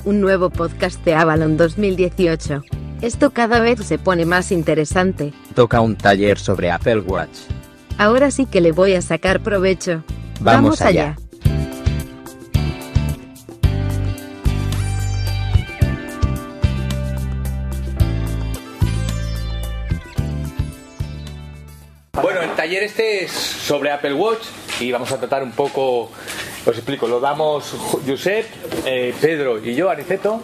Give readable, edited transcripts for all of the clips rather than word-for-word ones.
un nuevo podcast de Avalon 2018. Esto cada vez se pone más interesante. Toca un taller sobre Apple Watch. Ahora sí que le voy a sacar provecho. Vamos allá. Bueno, el taller este es sobre Apple Watch y vamos a tratar un poco, os explico, lo damos Josep, Pedro y yo, Aniceto,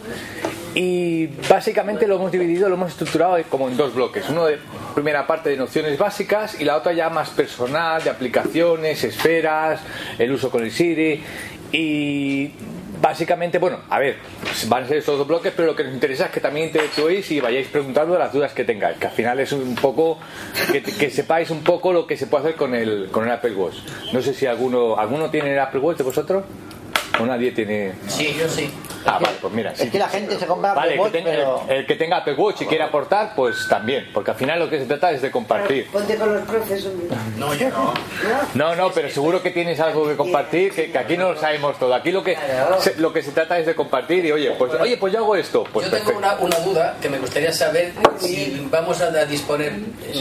y básicamente lo hemos dividido, lo hemos estructurado como en dos bloques. Uno de primera parte de nociones básicas y la otra ya más personal, de aplicaciones, esferas, el uso con el Siri y... Básicamente, bueno, a ver, van a ser estos dos bloques, pero lo que nos interesa es que también interactuéis y vayáis preguntando las dudas que tengáis, que al final es un poco, que sepáis un poco lo que se puede hacer con el Apple Watch. No sé si alguno tiene el Apple Watch de vosotros, o nadie tiene... Sí, yo sí. Ah, vale, pues mira. Es que la gente se compra Apple Vale, Watch, pero... el que tenga Apple Watch y quiera aportar, pues también, porque al final lo que se trata es de compartir. Ponte con los profes, hombre. No, yo no. No, pero seguro que tienes algo que compartir, que aquí no lo sabemos todo. Aquí lo que se trata es de compartir y oye, pues yo hago esto. Pues yo tengo una duda que me gustaría saber si vamos a disponer.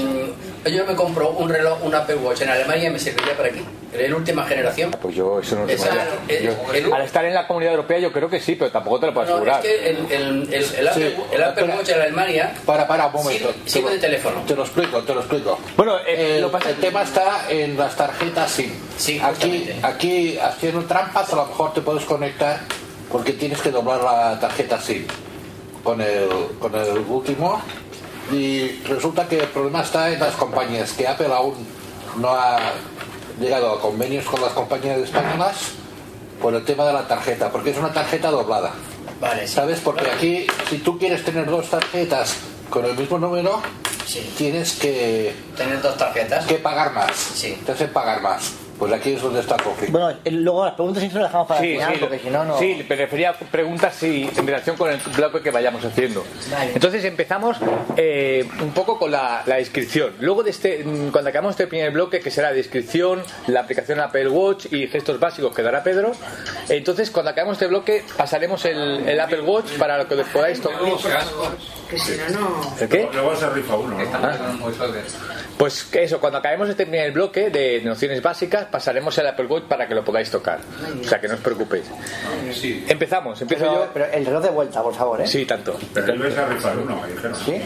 Yo me compro un reloj, un Apple Watch en Alemania, me serviría para aquí. ¿Es la última generación? Pues yo eso no lo tengo. Al estar en la Comunidad Europea yo creo que sí, pero tampoco te lo puedo asegurar. Es que el Apple Watch en Alemania para un momento. sirve de teléfono. Te lo explico. Bueno, el tema está en las tarjetas SIM. Sí, aquí haciendo trampas a lo mejor te puedes conectar porque tienes que doblar la tarjeta SIM con el último y resulta que el problema está en las compañías, que Apple aún no ha llegado a convenios con las compañías españolas por el tema de la tarjeta, porque es una tarjeta doblada. Vale, sí. ¿Sabes? Porque aquí, si tú quieres tener dos tarjetas con el mismo número, sí, tienes que tener dos tarjetas. Que pagar más. Sí. Te hacen pagar más. Pues aquí es donde está el conflicto. Bueno, luego las preguntas sí se las dejamos para el final, porque si no... Sí, me refería a preguntas en relación con el bloque que vayamos haciendo. Vale. Entonces empezamos un poco con la descripción. Luego cuando acabamos este primer bloque, que será descripción, la aplicación Apple Watch y gestos básicos que dará Pedro, entonces cuando acabemos este bloque pasaremos el Apple Watch para lo que podáis tocar. Que si no... ¿El qué? Luego se rifa uno. Pues eso, cuando acabemos este primer bloque de nociones básicas, pasaremos el Apple Watch para que lo podáis tocar. O sea, que no os preocupéis. Sí. Empiezo yo. Pero el reloj de vuelta, por favor, ¿eh? Sí, tanto. Pero él vais a rifar uno, me dijeron. ¿Sí?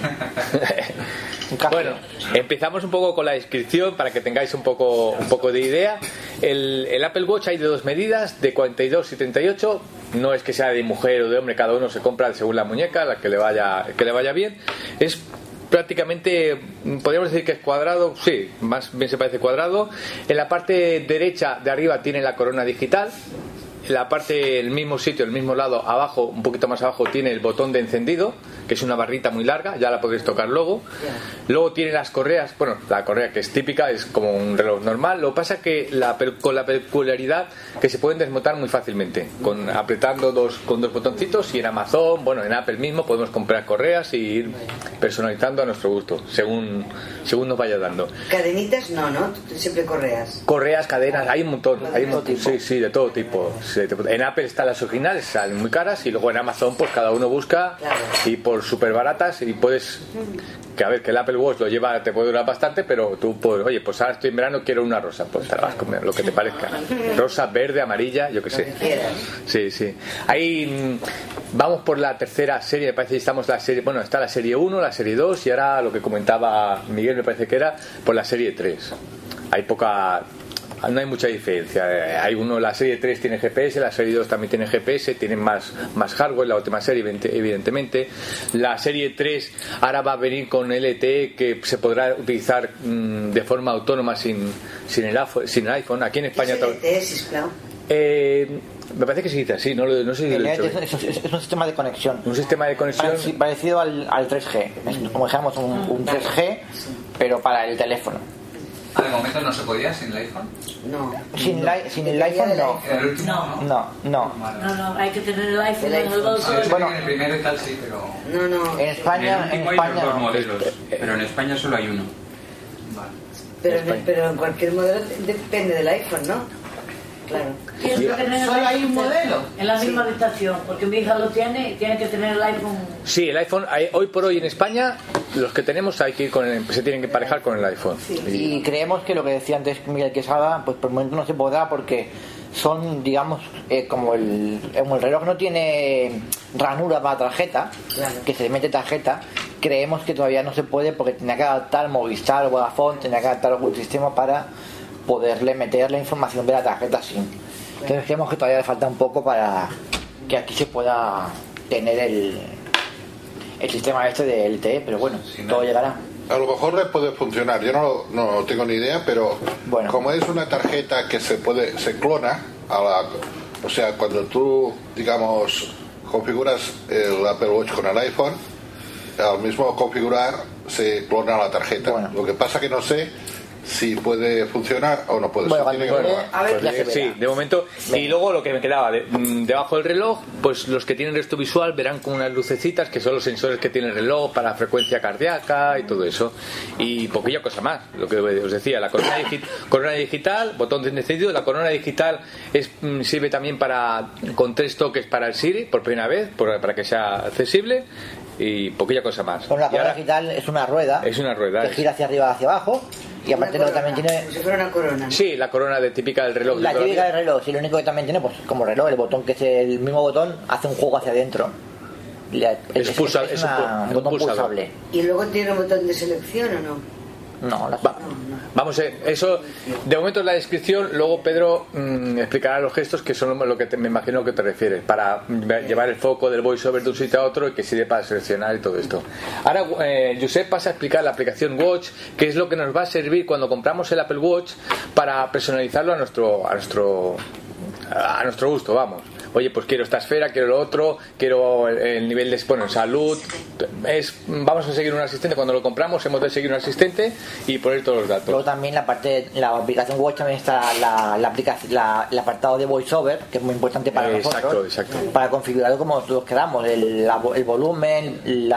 Bueno, empezamos un poco con la descripción para que tengáis un poco de idea. El Apple Watch hay de dos medidas, de 42 y 38. No es que sea de mujer o de hombre, cada uno se compra según la muñeca, la que le vaya bien. Es prácticamente, podríamos decir que es cuadrado, sí, más bien se parece cuadrado. En la parte derecha de arriba tiene la corona digital. En la parte, el mismo sitio, el mismo lado, abajo, un poquito más abajo, tiene el botón de encendido, que es una barrita muy larga, ya la podéis tocar luego. Luego tiene las correas, bueno, la correa que es típica, es como un reloj normal. Lo que pasa es que con la peculiaridad que se pueden desmontar muy fácilmente, apretando con dos botoncitos, y en Amazon, bueno, en Apple mismo podemos comprar correas y ir personalizando a nuestro gusto, según nos vaya dando. Cadenitas no, siempre correas. Correas, cadenas, hay un montón, sí, de todo tipo. En Apple están las originales, salen muy caras, y luego en Amazon pues cada uno busca, claro, y por súper baratas, y puedes, que a ver, que el Apple Watch te puede durar bastante, pero tú puedes, oye, pues ahora estoy en verano, quiero una rosa, pues te la vas a comer, lo que te parezca, rosa, verde, amarilla, yo qué sé. Sí. Ahí vamos por la tercera serie, me parece que estamos la serie, bueno, está la serie 1, la serie 2, y ahora lo que comentaba Miguel me parece que era por la serie 3. No hay mucha diferencia. La serie 3 tiene GPS, la serie 2 también tiene GPS, tienen más hardware, la última serie evidentemente. La serie 3 ahora va a venir con LTE, que se podrá utilizar de forma autónoma sin el iPhone. Aquí en España... ¿Qué es LTE, sisplau? Me parece que se dice así, no sé si lo he dicho. Es un sistema de conexión. Un sistema de conexión parecido al 3G. Es como dijéramos un 3G, pero para el teléfono. ¿De momento no se podía sin el iPhone? No. Sin el iPhone no. ¿El último? No, hay que tener el iPhone. Bueno, en el primero y tal sí, pero... No. En España hay dos modelos, pero en España solo hay uno. Vale. Pero en cualquier modelo depende del iPhone, ¿no? Solo hay un modelo. En la misma habitación, porque mi hija lo tiene y tiene que tener el iPhone. Sí, el iPhone, hoy por hoy en España, los que tenemos hay que ir se tienen que emparejar con el iPhone. Y creemos que lo que decía antes Miguel Quesada, pues por el momento no se podrá porque son, digamos, como el reloj no tiene ranura para tarjeta, que se le mete tarjeta, creemos que todavía no se puede porque tenía que adaptar Movistar o Vodafone, tenía que adaptar algún sistema para poderle meter la información de la tarjeta SIM. Entonces creemos que todavía le falta un poco para que aquí se pueda tener el sistema este de LTE, pero bueno, todo llegará. A lo mejor le puede funcionar, yo no tengo ni idea, pero como es una tarjeta que se clona o sea, cuando tú, digamos, configuras el Apple Watch con el iPhone, al mismo configurar se clona la tarjeta. Lo que pasa que no sé si puede funcionar o no puede ser. Sí, de momento. Y luego lo que me quedaba debajo del reloj, pues los que tienen resto visual verán con unas lucecitas que son los sensores que tiene el reloj para frecuencia cardíaca y todo eso, y poquilla cosa más. Lo que os decía, la corona digital, botón de encendido. La corona digital sirve también con 3 toques para el Siri por primera vez, para que sea accesible, y poquilla cosa más. Bueno, la corona digital es una rueda que gira hacia arriba, hacia abajo. Y aparte luego también tiene... Como si fuera una corona. Sí, la corona típica del reloj. La típica del reloj, sí, lo único que también tiene, pues como reloj, el botón que es el mismo botón, hace un juego hacia adentro. Es un botón pulsable. ¿Y luego tiene un botón de selección o no? No, vamos, eso de momento es la descripción. Luego Pedro explicará los gestos, que son lo que me imagino que te refieres, para llevar el foco del voiceover de un sitio a otro y que sirve para seleccionar y todo esto. Ahora Josep pasa a explicar la aplicación Watch, que es lo que nos va a servir cuando compramos el Apple Watch para personalizarlo a nuestro gusto, vamos. Oye, pues quiero esta esfera, quiero lo otro, quiero el nivel de salud. Vamos a seguir un asistente. Cuando lo compramos hemos de seguir un asistente y poner todos los datos. Luego también la aplicación Watch también está el apartado de VoiceOver, que es muy importante para nosotros. Exacto. Para configurarlo como nosotros queramos, el volumen,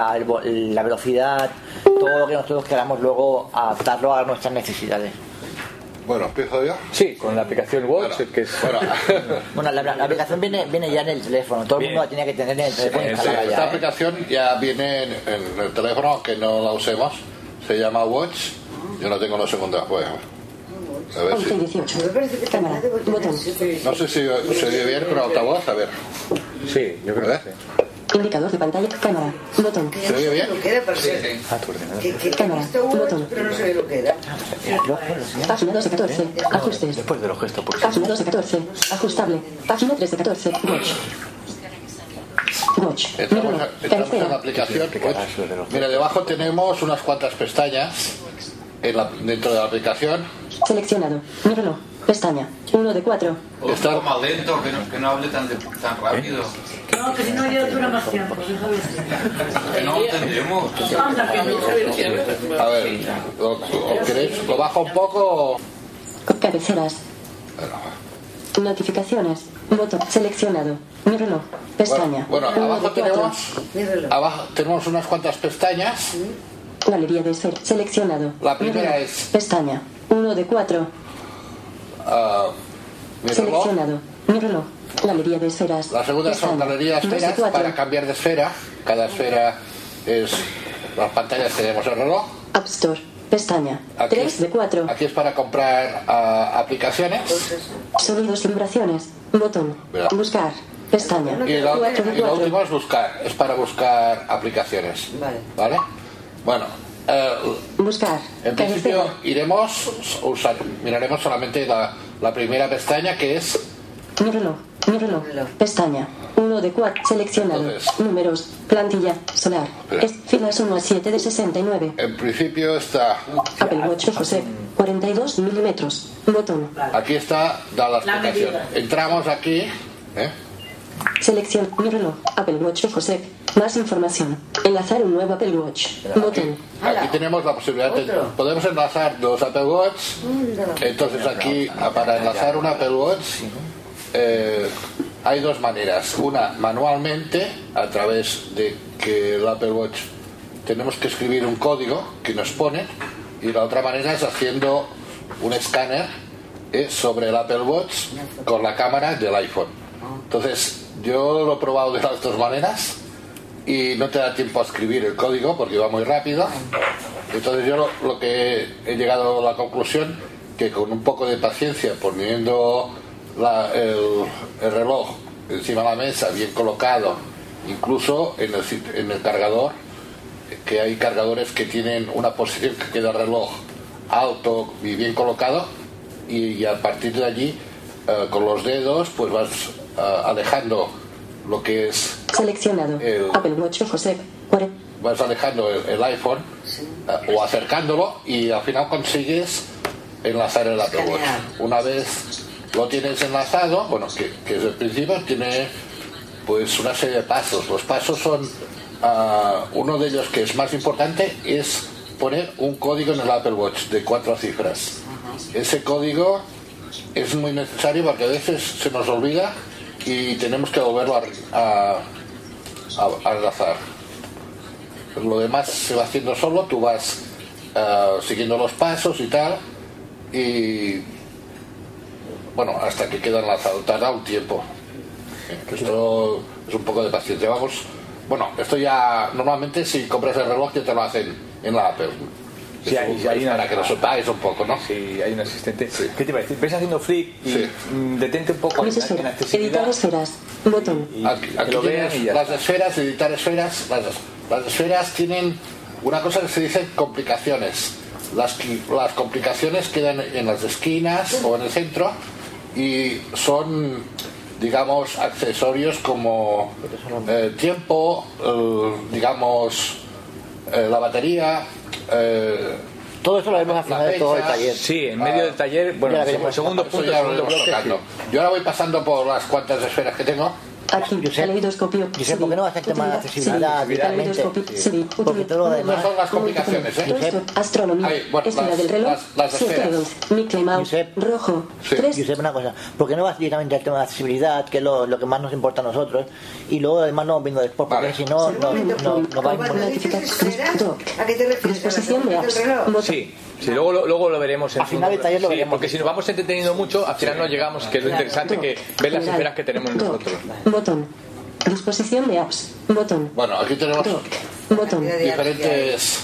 la velocidad, todo lo que nosotros queramos luego adaptarlo a nuestras necesidades. Bueno, ¿empiezo yo? Sí, con la aplicación Watch, que es... Bueno, la aplicación viene ya en el teléfono. Todo el mundo la tiene que tener en el teléfono instalada ya. Esta aplicación ya viene en el teléfono, aunque no la usemos. Se llama Watch. Yo no tengo la segunda. Bueno, a ver si... 18. Cámara, botón. No sé si se oye bien con altavoz. A ver. Sí, yo creo que sí. Indicador de pantalla, cámara, botón. ¿Se oye bien? Cámara, botón. Pero no se ve lo que era. Página 2 de 14, ajustes. Después de los gestos, Página 2 de 14, ajustable. Página 3 de 14, Watch. Entramos en la aplicación. Mira, debajo tenemos unas cuantas pestañas dentro de la aplicación. Seleccionado. Mi reloj. Pestaña. 1 de 4. Está un poco más lento, que no hable tan rápido. No, que si no yo dura más tiempo. Que no entendemos. A ver, ¿lo queréis? ¿Lo bajo un poco? Cabeceras. Notificaciones. Botón seleccionado. Mi reloj. Pestaña. Bueno, abajo tenemos unas cuantas pestañas. Galería de esfera. Seleccionado. La primera es... Pestaña. 1 de 4. Seleccionado. Mi reloj. Galería de esferas. La segunda son galería de esferas para cambiar de esfera. Cada esfera es las pantallas que tenemos el reloj. App Store. Pestaña. 3 de 4. Aquí es para comprar aplicaciones. Sonidos y vibraciones. Botón. Buscar. Pestaña. Y lo último es buscar. Es para buscar aplicaciones. ¿Vale? Bueno. Buscar. En principio miraremos solamente la primera pestaña, que es mi reloj. Pestaña 1 de 4. Seleccionado. Entonces, números. Plantilla. Solar. Filas 1 a 7 de 69. En principio está Apple Watch José. 42 milímetros. Botón. Aquí está la explicación. Entramos aquí. Selección. Mi reloj. Apple Watch José. Más información. Enlazar un nuevo Apple Watch. Botón. Aquí tenemos la posibilidad de... Podemos enlazar 2 Apple Watch. Entonces aquí, para enlazar un Apple Watch, hay 2 maneras. Una, manualmente, a través de que el Apple Watch tenemos que escribir un código que nos pone. Y la otra manera es haciendo un escáner es sobre el Apple Watch con la cámara del iPhone. Entonces, yo lo he probado de las dos maneras y no te da tiempo a escribir el código porque va muy rápido. Entonces, yo lo que he llegado a la conclusión que con un poco de paciencia, poniendo el reloj encima de la mesa, bien colocado, incluso en el cargador, que hay cargadores que tienen una posición que queda el reloj alto y bien colocado, y a partir de allí con los dedos pues vas alejando lo que es seleccionado Apple Watch José. Vas alejando el iPhone o acercándolo y al final consigues enlazar el Apple Watch. Una vez lo tienes enlazado, bueno, que es el principio, tiene pues una serie de pasos. Los pasos son uno de ellos que es más importante, es poner un código en el Apple Watch de 4 cifras. Ese código es muy necesario porque a veces se nos olvida y tenemos que volverlo a enlazar. Lo demás se va haciendo solo, tú vas siguiendo los pasos y tal, y bueno, hasta que queda enlazado. Tarda un tiempo. Esto es un poco de paciencia. Vamos, bueno, esto ya normalmente si compras el reloj ya te lo hacen en la Apple. Sí, hay para que lo sepáis un poco, ¿no? Sí, hay un asistente. Sí. ¿Qué te iba a decir? Ves haciendo flick y detente un poco en accesibilidad. Editar esferas, botón. Aquí tienes las esferas, editar esferas. Las esferas tienen una cosa que se dice complicaciones. Las complicaciones quedan en las esquinas o en el centro y son, digamos, accesorios como tiempo, digamos, la batería. Todo eso lo vemos al final de todo el taller. Sí, en medio del taller, bueno, el segundo punto, el segundo bloque. Sí. Yo ahora voy pasando por las cuantas esferas que tengo. Aquí, caleidoscopio. Josep, ¿por qué no haces el tema de accesibilidad directamente? Porque todo lo demás. No son las complicaciones, Astronomía, esfera del reloj, las esferas. Mickey Mouse, rojo, 3. Josep, una cosa, ¿por qué no vas directamente al tema de accesibilidad, que es lo que más nos importa a nosotros, y luego además no viendo después, porque si no, no va a importar. ¿A qué te refieres? Disposición de apps. Sí. Sí, luego lo veremos. Al final del taller lo veremos. Porque si nos vamos entreteniendo mucho, al final no llegamos, que es lo interesante, que ver las esferas que tenemos nosotros. Botón. Disposición de apps. Botón. Bueno, aquí tenemos botón. Diferentes.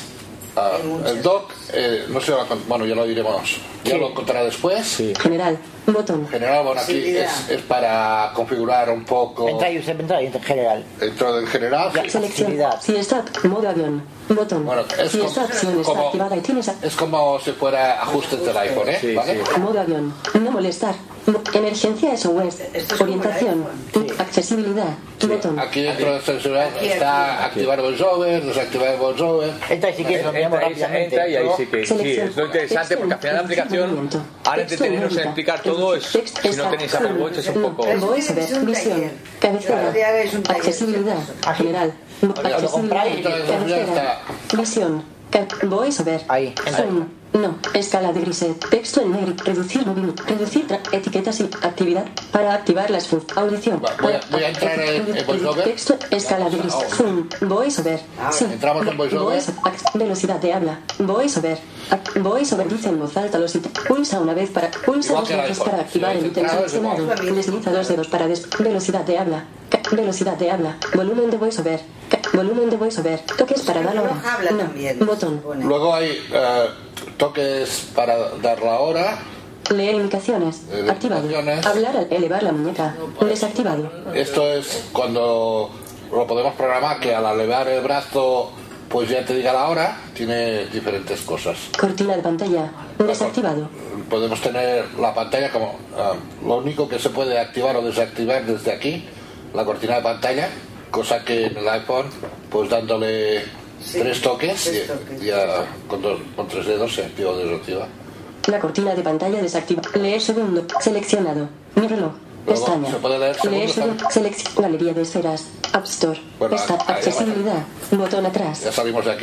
El dock, no sé, bueno, ya lo diremos. Ya lo contará después. Sí. General. Botón. General, bueno, aquí es para configurar un poco. Entra en general. Dentro del general. Selección. Si está modo avión. Botón. Bueno, si esta opción está activada y tienes. Es como si fuera ajustes del iPhone, ¿eh? Sí, ¿vale? Sí. Modo avión. No molestar. Emergencia SOS. Orientación. Accesibilidad. Botón. Aquí dentro de accesibilidad está activar VoiceOver, desactivar VoiceOver. Entra y si quieres lo miramos rápidamente. Entra y ahí sí que sí, es lo interesante porque al final la aplicación, ahora entretenernos en explicar todo, es, si no tenéis Apple Watch es un poco. VoiceOver. Visión. Cabecera. Accesibilidad. General. Accesibilidad. Cabecera. Visión. VoiceOver. Ahí. Zoom. No. Escala de griset. Texto en negro. Reducir movimiento. Reducir etiquetas y actividad. Para activar las audición. Voy a entrar en VoiceOver. Texto. Escala de griset. Zoom. VoiceOver. Sí. Entramos en VoiceOver. Velocidad de habla. VoiceOver. VoiceOver dice en voz alta los ítems. Pulsa una vez para. Pulsa dos veces para activar el ítem seleccionado. Desliza dos dedos para velocidad de habla. Velocidad de habla. Volumen de VoiceOver. Volumen de VoiceOver. Toques para dar la hora. No. Botón. Luego hay toques para dar la hora. Leer indicaciones. Activado. Hablar al elevar la muñeca. Desactivado. Esto es cuando lo podemos programar que al elevar el brazo pues ya te diga la hora. Tiene diferentes cosas. Cortina de pantalla. Desactivado. Podemos tener la pantalla como lo único que se puede activar o desactivar desde aquí, la cortina de pantalla, cosa que en el iPhone pues dándole tres toques y ya con 3 dedos se activa o desactiva. La cortina de pantalla desactiva. Leer segundo. Seleccionado. Mi reloj. Pestaña. Se puede leer segundo. Selección. Galería de esferas. App Store. Bueno, accesibilidad. Botón atrás. Ya salimos de aquí.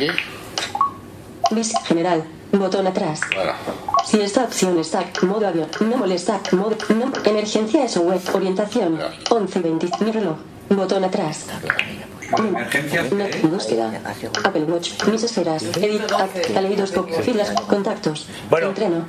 General. Botón atrás. Bueno. Si esta opción está modo avión, no molestar, modo no, emergencia SOS, orientación. 11:20. Mi reloj. Botón atrás. Búsqueda. Apple Watch. Mis esferas. Edit. Caleidoscope. Filas. Contactos. Entreno.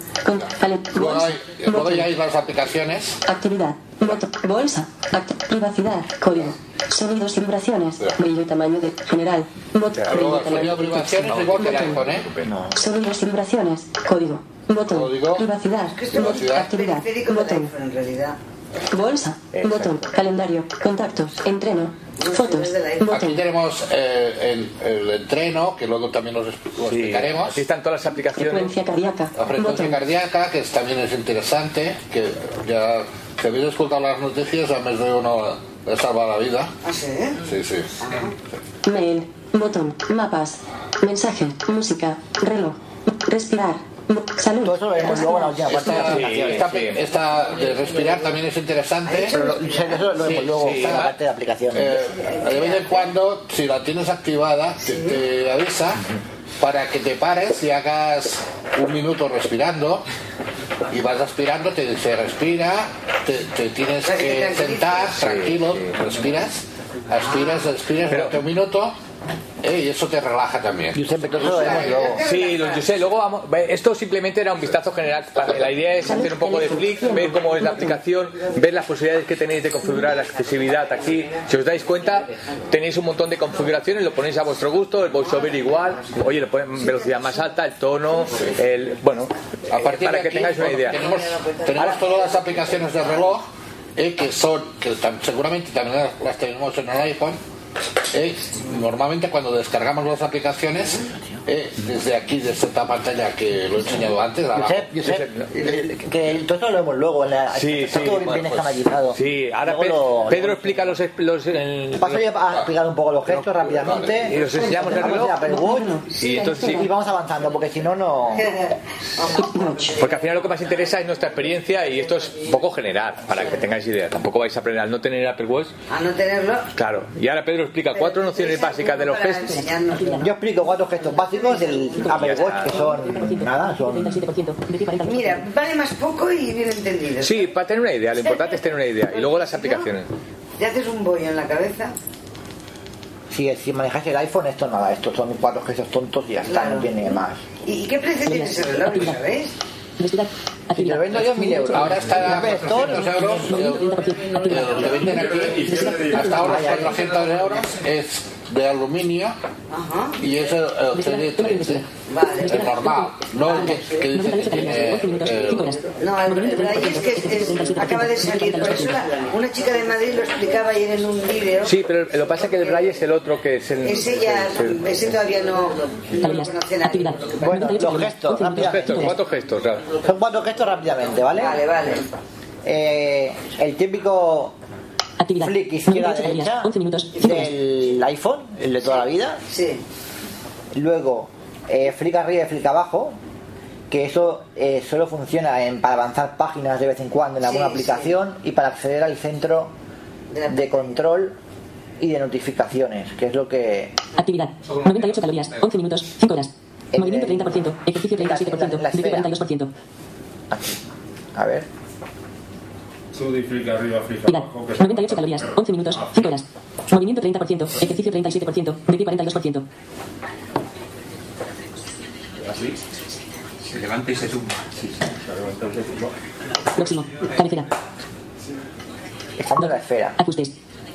Luego ya hay las aplicaciones. Actividad. Bolsa. Privacidad. Código. Sonidos y vibraciones. Brillo y tamaño de general. Luego sonido y vibraciones igual que el iPhone, ¿eh? Sonidos y vibraciones. Código. Botón. Privacidad. Actividad. Botón. En realidad. Bolsa. Botón. Calendario. Contactos. Entreno. Fotos. Aquí Botón. tenemos el entreno, que luego también lo explicaremos. Aquí están todas las aplicaciones. Frecuencia cardíaca. La frecuencia cardíaca, que también es interesante, que ya, si habéis escuchado las noticias, a mes de uno le salva la vida. ¿Ah, sí? Sí, sí. Mail. Botón. Mapas. Mensaje. Música. Reloj. Respirar. Salud. Todo eso lo vemos luego en la última parte de la aplicación. Esta de respirar también es interesante. Eso lo vemos luego en la parte de aplicación. De vez en cuando, si la tienes activada, te avisa para que te pares y hagas un minuto respirando. Y vas aspirando, te dice respira, te tienes que sentar tranquilo, respiras, aspiras durante un minuto. Y eso te relaja también. Yo siempre todo eso lo vemos luego. Sí, yo sé, luego vamos. Esto simplemente era un vistazo general. La idea es hacer un poco de flick, ver cómo es la aplicación, ver las posibilidades que tenéis de configurar la accesibilidad aquí. Si os dais cuenta, tenéis un montón de configuraciones, lo ponéis a vuestro gusto, el voiceover igual, oye, le ponen velocidad más alta, el tono, a partir para de que aquí, tengáis una idea. Tenemos todas las aplicaciones de reloj, que seguramente también las tenemos en el iPhone. Normalmente cuando descargamos las aplicaciones, desde aquí, desde esta pantalla que lo he enseñado antes, yo sé que todo eso lo vemos luego. Está todo bien escanalizado. Sí, ahora Pedro explica los paso yo a explicar un poco los gestos rápidamente. Y los enseñamos el reloj. Y vamos avanzando, porque si no. Porque al final lo que más interesa es nuestra experiencia y esto es un poco general, para que tengáis idea. Tampoco vais a aprender al no tener Apple Watch. A no tenerlo. Claro, y ahora Pedro explica 4 nociones básicas de los gestos. Yo explico 4 gestos básicos del Apple Watch, que son nada, Mira, vale más poco y bien entendido. Sí, para tener una idea, lo importante es tener una idea. Y luego las aplicaciones. Te haces un bollo en la cabeza. Si manejáis el iPhone, esto nada, estos son 4 gestos tontos y ya está, no tiene más. ¿Y qué precio tiene ese reloj, sabéis? Si lo vendo yo 1.000 euros. Ahora está a 400 euros. Lo venden aquí. Hasta ahora 400 euros. Es de aluminio. Ajá. Y es el CD30. Es normal. No el que dice que tiene. No, ahí es que acaba de salir. Por eso una chica de Madrid lo explicaba ayer en un vídeo. Sí, pero lo que pasa es que el Braille es el otro que es el. Ese todavía no lo conoce nadie. Bueno, los gestos, rápidamente. 4 gestos, claro. Son 4 gestos rápidamente, ¿vale? Vale. El típico flick izquierda-derecha del iPhone, el de toda la vida. Sí. Luego, flick arriba y flick abajo, que eso solo funciona para avanzar páginas de vez en cuando en alguna aplicación y para acceder al centro de control y de notificaciones, que es lo que... Actividad. 98 calorías, 11 minutos, 5 horas. Movimiento 30%, ejercicio 37%, gripe 42%. A ver. Sube y flick arriba, flick Actividad. abajo. 98 calorías, 11 minutos, 5 horas. Movimiento 30%, ejercicio 37%, gripe 42%. Así. Se levanta y se tumba. Próximo. Cabecera. Estando en la esfera. Ajustes.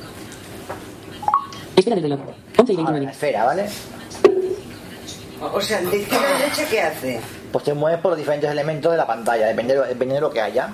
Espera del reloj. 11 y 29. La esfera, ¿vale? O sea, de izquierda a derecha, ¿qué hace? Pues te mueves por los diferentes elementos de la pantalla, dependiendo de lo que haya.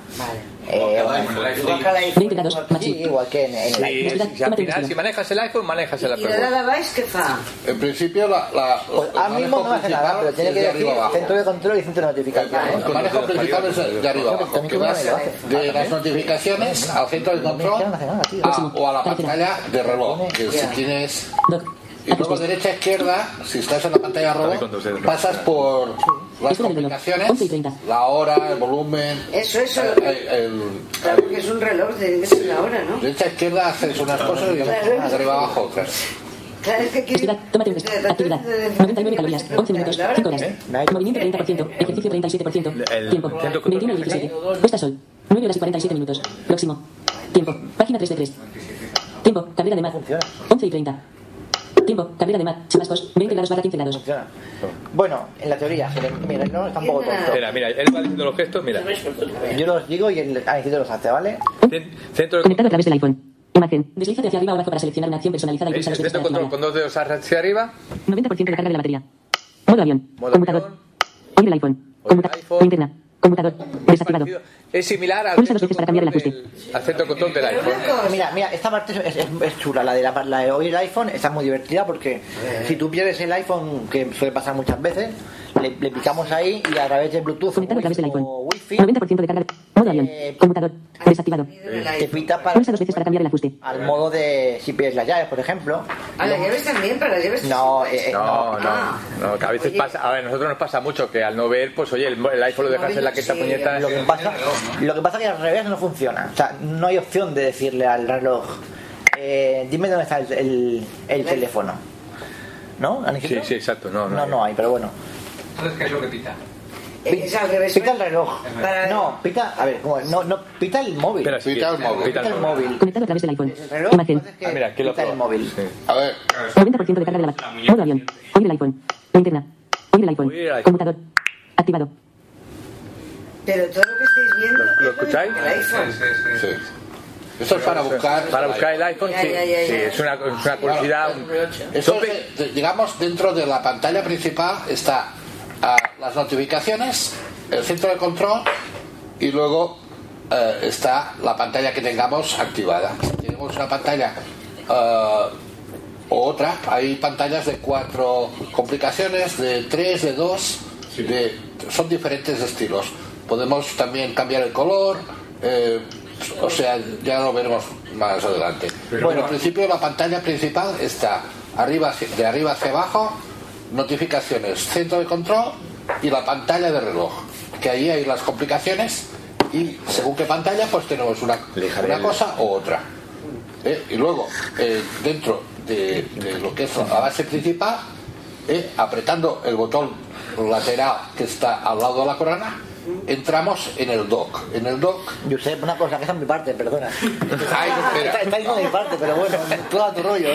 Vale. 20 grados, Sí, igual que en el iPhone. Si al final, si manejas el iPhone, manejas el ¿Y Apple la Watch. dada vais qué fa? En principio, Pues ahora mismo no hace nada, pero tiene que decir centro de control y centro de notificaciones. El manejo principal es de arriba abajo, que vas de las notificaciones al centro de control o a la pantalla de reloj, que si tienes... Y luego derecha izquierda, si estás en la pantalla de reloj, pasas por las complicaciones, la hora, el volumen... Eso. Claro, que es un reloj, debe ser la hora, ¿no? Derecha izquierda haces unas cosas y de arriba abajo otras. Claro, es que aquí... Tómate un test. Actividad. 99 calorías, 11 minutos, 5 horas. Movimiento 30%, ejercicio 37%. Tiempo. 21 y 17. Puesta sol. 9 horas y 47 minutos. Próximo. Tiempo. Página 3 de 3. Tiempo. Carrera de mar. 11 y 30. Tiempo. Carrera de mar. Chubascos. 20 grados barra 15 grados. Funciona. Bueno, en la teoría, mira, no está un poco tonto. Mira, él va diciendo los gestos, mira. Yo los digo y el anestesista los hace, ¿vale? Centro de Conectado a través del iPhone. Imagen. Deslízate hacia arriba o abajo para seleccionar una acción personalizada y pulsa los dedos centro para de control activarla. con 2 dedos hacia arriba. 90% de carga de la batería. Modo avión. Modo Conmutador. avión. Oír el iPhone. Conmutador. Linterna. Conmutador. Desactivado. Es similar al Pulsa dos veces para cambiar el ajuste. al centro de control del iPhone. Mira, esta parte es chula, la de oír el iPhone está muy divertida porque si tú pierdes el iPhone, que suele pasar muchas veces, le picamos ahí y a través de Bluetooth Conectado a través del iPhone. o Wi-Fi 90% de carga. Modo avión. Conmutador. Desactivado. te pita para Pulsa dos veces para cambiar el ajuste. al modo de si pierdes las llaves, por ejemplo. ¿A las llaves también? ¿Para las llaves? No, No, que a veces pasa, a ver, nosotros nos pasa mucho que al no ver, pues oye, el iPhone lo dejas en la quinta puñeta. Lo que pasa es que al revés no funciona. O sea, no hay opción de decirle al reloj, dime dónde está el teléfono. ¿No? Sí, exacto. No hay, pero bueno. Entonces, ¿qué es lo que pita? Es al revés. Pita el reloj. Para- No, pita, a ver, pita el móvil. Espera, sí, Pita el móvil. Pita el móvil. Conectado a través del iPhone. El reloj Imagen. pasa que Ah, mira, aquí lo pita el probamos. móvil. Sí. A ver, 90% de carga de la batería. Modo avión. Oír el iPhone. Linterna. Oír el iPhone. Oír el iPhone. Conmutador. Activado. Pero todo lo que estáis viendo. ¿Lo es del escucháis? iPhone. sí. Esto es para buscar. Para buscar el iPhone, Ya, sí. ya, ya, Sí, ya. es una curiosidad. Eso es, digamos, dentro de la pantalla principal está las notificaciones, el centro de control y luego está la pantalla que tengamos activada. Si tenemos una pantalla o otra, hay pantallas de 4 complicaciones, de 3, de 2, son diferentes estilos. Podemos también cambiar el color. O sea, ya lo veremos más adelante. Bueno, en principio la pantalla principal está de arriba hacia abajo, notificaciones, centro de control y la pantalla de reloj. Que ahí hay las complicaciones y según qué pantalla pues tenemos una cosa u otra. Y luego, dentro de lo que es la base principal, apretando el botón lateral que está al lado de la corona, entramos en el dock. En el dock. Josep, una cosa, que esa es mi parte, perdona. Ay, espera. Está diciendo mi parte, pero bueno, todo tu rollo,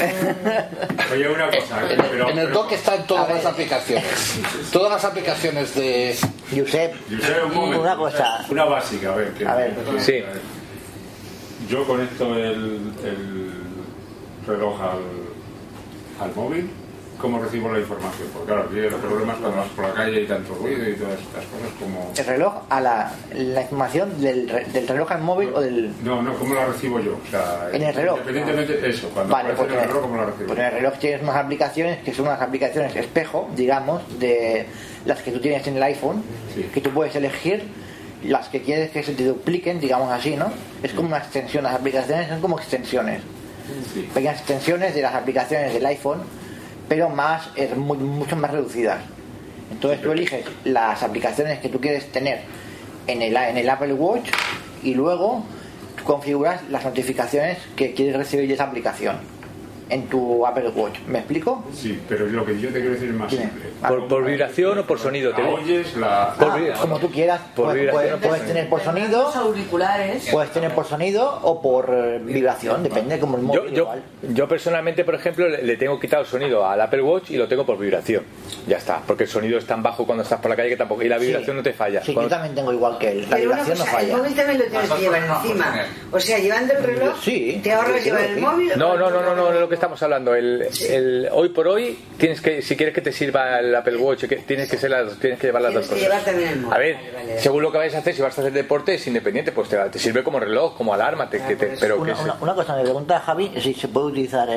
Oye, una cosa. En el dock están todas las aplicaciones. Todas las aplicaciones de. Josep, Un momento. una cosa. Una básica, a ver. A ver. Sí. Yo conecto el reloj al móvil. ¿Cómo recibo la información? Porque claro, aquí el problema es cuando vas por la calle y tanto ruido y todas estas cosas como... El reloj a la información del reloj al móvil o del... No, ¿cómo la recibo yo? O sea, en el reloj. Independientemente de eso, cuando Vale, aparece en el reloj, ¿cómo la recibo? Pues en el reloj tienes unas aplicaciones que son unas aplicaciones espejo, digamos, de las que tú tienes en el iPhone, Sí. que tú puedes elegir las que quieres que se te dupliquen, digamos así, ¿no? Es como una extensión, las aplicaciones son como extensiones. Sí. Pequeñas extensiones de las aplicaciones del iPhone, pero mucho más reducidas. Entonces tú eliges las aplicaciones que tú quieres tener en el Apple Watch y luego configuras las notificaciones que quieres recibir de esa aplicación en tu Apple Watch. ¿Me explico? Sí, pero lo que yo te quiero decir es más Dime. simple. ¿Por vibración o por sonido? ¿La oyes? Como tú quieras. Por vibración. Puedes tener por sonido, Los auriculares. puedes tener por sonido o por vibración, depende como el móvil. Yo personalmente, por ejemplo, le tengo quitado el sonido al Apple Watch y lo tengo por vibración. Ya está, porque el sonido es tan bajo cuando estás por la calle que tampoco... Y la vibración no te falla. Sí, yo también tengo igual que él. La Pero una vibración no cosa, el falla. móvil también lo tienes que llevar encima. O sea, llevando el reloj, Sí, te ahorras sí, llevar sí. el móvil. No, no es lo que estamos hablando. Hoy por hoy tienes que, si quieres que te sirva el Apple Watch, tienes que llevar las dos Tienes que cosas. llevar también el móvil. A ver, Vale. según lo que vayas a hacer, si vas a hacer deporte es independiente, pues te sirve como reloj, como alarma, pero que Una cosa, me pregunta Javi si se puede utilizar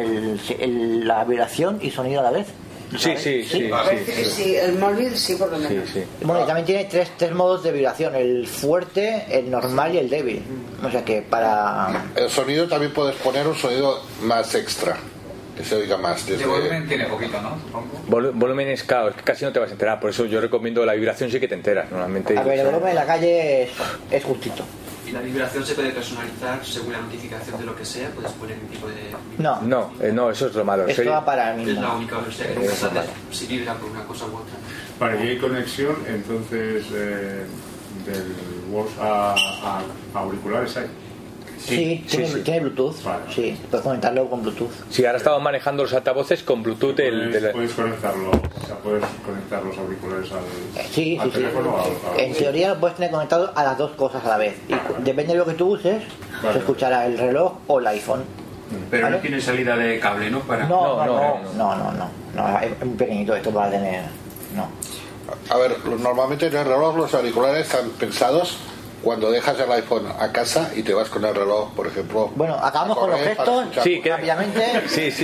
la vibración y sonido a la vez. sí. Parece que sí, el móvil sí, por lo menos. Sí. Bueno, y también tiene tres modos de vibración: el fuerte, el normal y el débil. O sea que para... El sonido también puedes poner un sonido más extra, que se oiga más. De volumen tiene poquito, ¿no? Supongo. Volumen es claro, es que casi no te vas a enterar, por eso yo recomiendo la vibración, sí que te enteras normalmente. A ver, el volumen en la calle es justito. Y la vibración se puede personalizar según la notificación de lo que sea, puedes poner un tipo de... No, eso es lo malo. Esto va para mí. Es la única, o sea, que nunca sabes si vibra por una cosa u otra. Vale, y hay conexión entonces del Watch a auriculares hay. Sí, tiene Bluetooth. Vale. Sí, puedes conectarlo con Bluetooth. Sí, ahora estamos manejando los altavoces con Bluetooth. Puedes conectarlo, o sea, puedes conectar los auriculares al teléfono. En teoría lo puedes tener conectado a las dos cosas a la vez. Y depende de lo que tú uses, se escuchará el reloj o el iPhone. Pero ¿vale? no tiene salida de cable, ¿no? Para... No, es muy pequeñito esto para tener. No. A ver, normalmente en el reloj los auriculares están pensados cuando dejas el iPhone a casa y te vas con el reloj, por ejemplo. Bueno, acabamos con los gestos rápidamente.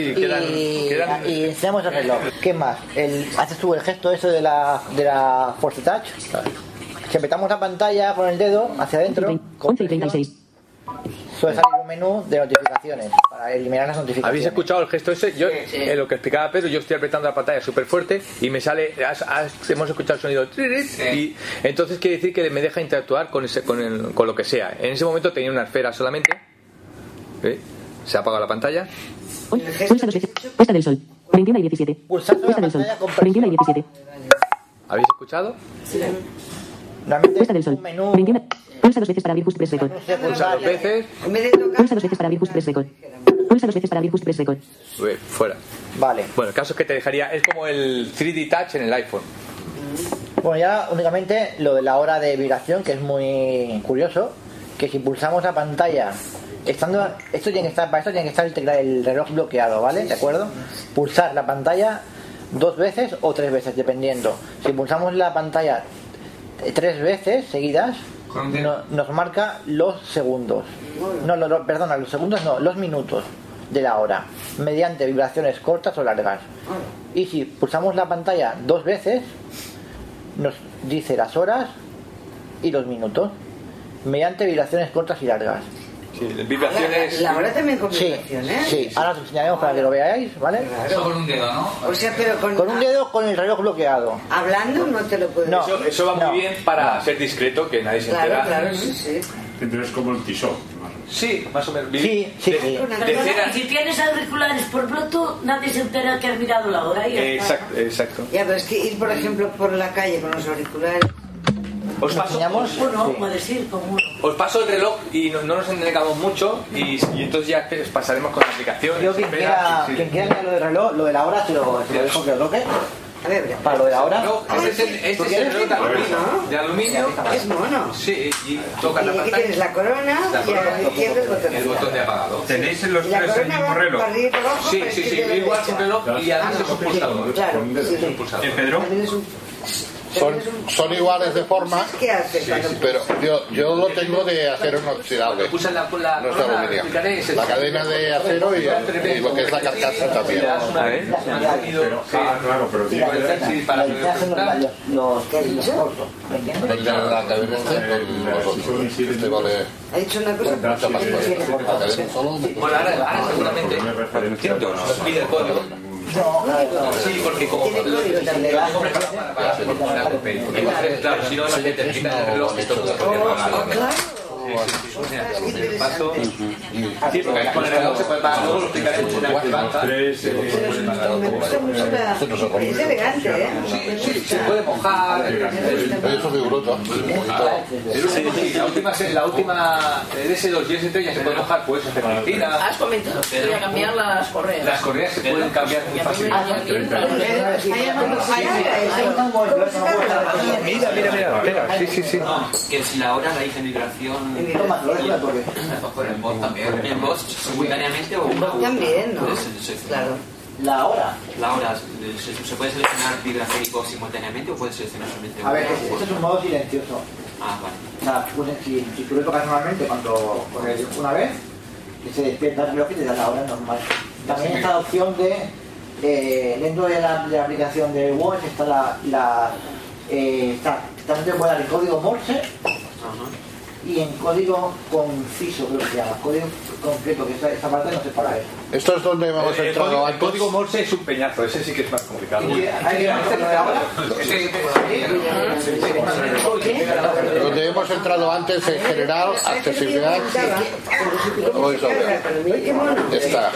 Y enseñamos el reloj. ¿Qué más? Haces tú el gesto eso de la Force Touch. Si apretamos la pantalla con el dedo hacia adentro, 11:36. suele salir un menú de notificaciones para eliminar las notificaciones. ¿Habéis escuchado el gesto ese? Yo, lo que explicaba Pedro, yo estoy apretando la pantalla súper fuerte y me sale, hemos escuchado el sonido y entonces quiere decir que me deja interactuar con lo que sea. En ese momento tenía una esfera solamente. Se ha apagado la pantalla. Pulsa 2 veces. Puesta del sol. 21:17. Puesta del sol. 21:17. ¿Habéis escuchado? Sí. Puesta del sol. 21. Pulsa 2 veces para abrir Just Press Record. Pulsa 2 veces. Pulsa 2 veces para abrir Just Press Record. Pulsa 2 veces para abrir Just Press Record. Fuera. Vale. Bueno, el caso es que te dejaría, es como el 3D Touch en el iPhone. Bueno, ya únicamente lo de la hora de vibración, que es muy curioso, que si pulsamos la pantalla, para esto tiene que estar el reloj bloqueado, ¿vale? ¿De acuerdo? Pulsar la pantalla 2 veces o 3 veces, dependiendo. Si pulsamos la pantalla 3 veces seguidas, nos marca los segundos. Los segundos no, los minutos de la hora, mediante vibraciones cortas o largas. Y si pulsamos la pantalla 2 veces, nos dice las horas y los minutos, mediante vibraciones cortas y largas. Sí, vibraciones. La hora también con vibraciones. Sí, ahora os enseñaremos para que lo veáis, ¿vale? Eso con un dedo, ¿no? O sea, pero con un dedo con el reloj bloqueado. Hablando no te lo puedes decir. Eso va muy bien para ser discreto, que nadie se entera. Claro, sí. Entonces como el Tissot. Sí, más o menos. Sí. Si tienes auriculares por Bluetooth, nadie se entera que has mirado la hora y Exacto. Ya, pero es que ir, por ejemplo, por la calle con los auriculares. Os paso el reloj y no nos entregamos mucho y entonces ya pasaremos con la aplicación. Yo quien quiera mirar lo del reloj, lo de la hora, se lo dejo que lo toque. A ver, para lo de la hora. Este es el reloj de aluminio. Es mono. Sí, y toca la pantalla. Aquí tienes la corona y a la izquierda el botón de apagado. ¿Tenéis en los tres el mismo reloj? Sí, igual un reloj y además es un pulsador. Pedro? Son iguales de forma, ¿qué haces? pero yo lo tengo de acero inoxidable, no es de aluminio. La cadena de acero y lo que es la carcasa también. Claro, pero tiene que ver el de la cadena este vale. Ha dicho una cosa. Bueno, ahora seguramente pide el código. Sí, porque como claro, si no la gente te quita el reloj, esto puede pagar. Sí, porque con el reloj se puede pagar, luego lo explicaremos en la banca. Es elegante, ¿eh? Sí, se puede mojar. Eso es bruto. La última S2 y S3 ya se puede mojar, puedes hacer piscina. Has comentado que voy a cambiar las correas. Las correas se pueden cambiar muy fácilmente. Mira, espera, sí. Que si la hora la hice en vibración en voz también. En voz simultáneamente o también, ¿no? Claro. La hora se puede seleccionar vibrafónico simultáneamente o puede seleccionar solamente una. A ver, este es un modo silencioso. Vale. O sea, si tú lo tocas normalmente cuando pones una vez, que se despierta el reloj y te da la hora normal. También está la opción de dentro de la aplicación de Watch está también te puede dar el código Morse. Y en código conciso, creo que se llama, código concreto, que esta parte no se para eso. Esto es donde hemos entrado el código Morse es un peñazo, ese sí que es más complicado. Donde hemos entrado antes en general, accesibilidad, VoiceOver. Está.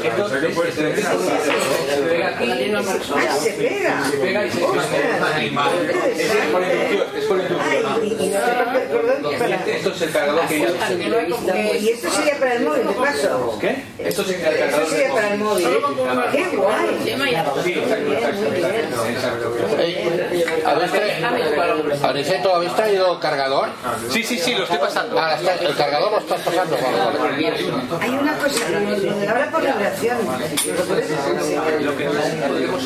Se pega. Esto es el cargador que y esto sería para el móvil, de paso. ¿Qué? Esto sería el cargador. Esto sería para el móvil. ¡Qué guay! Aniceto, ¿habéis traído cargador? Sí, lo estoy pasando. El cargador lo estás pasando. Hay una cosa, donde habla por vibración. Lo que podemos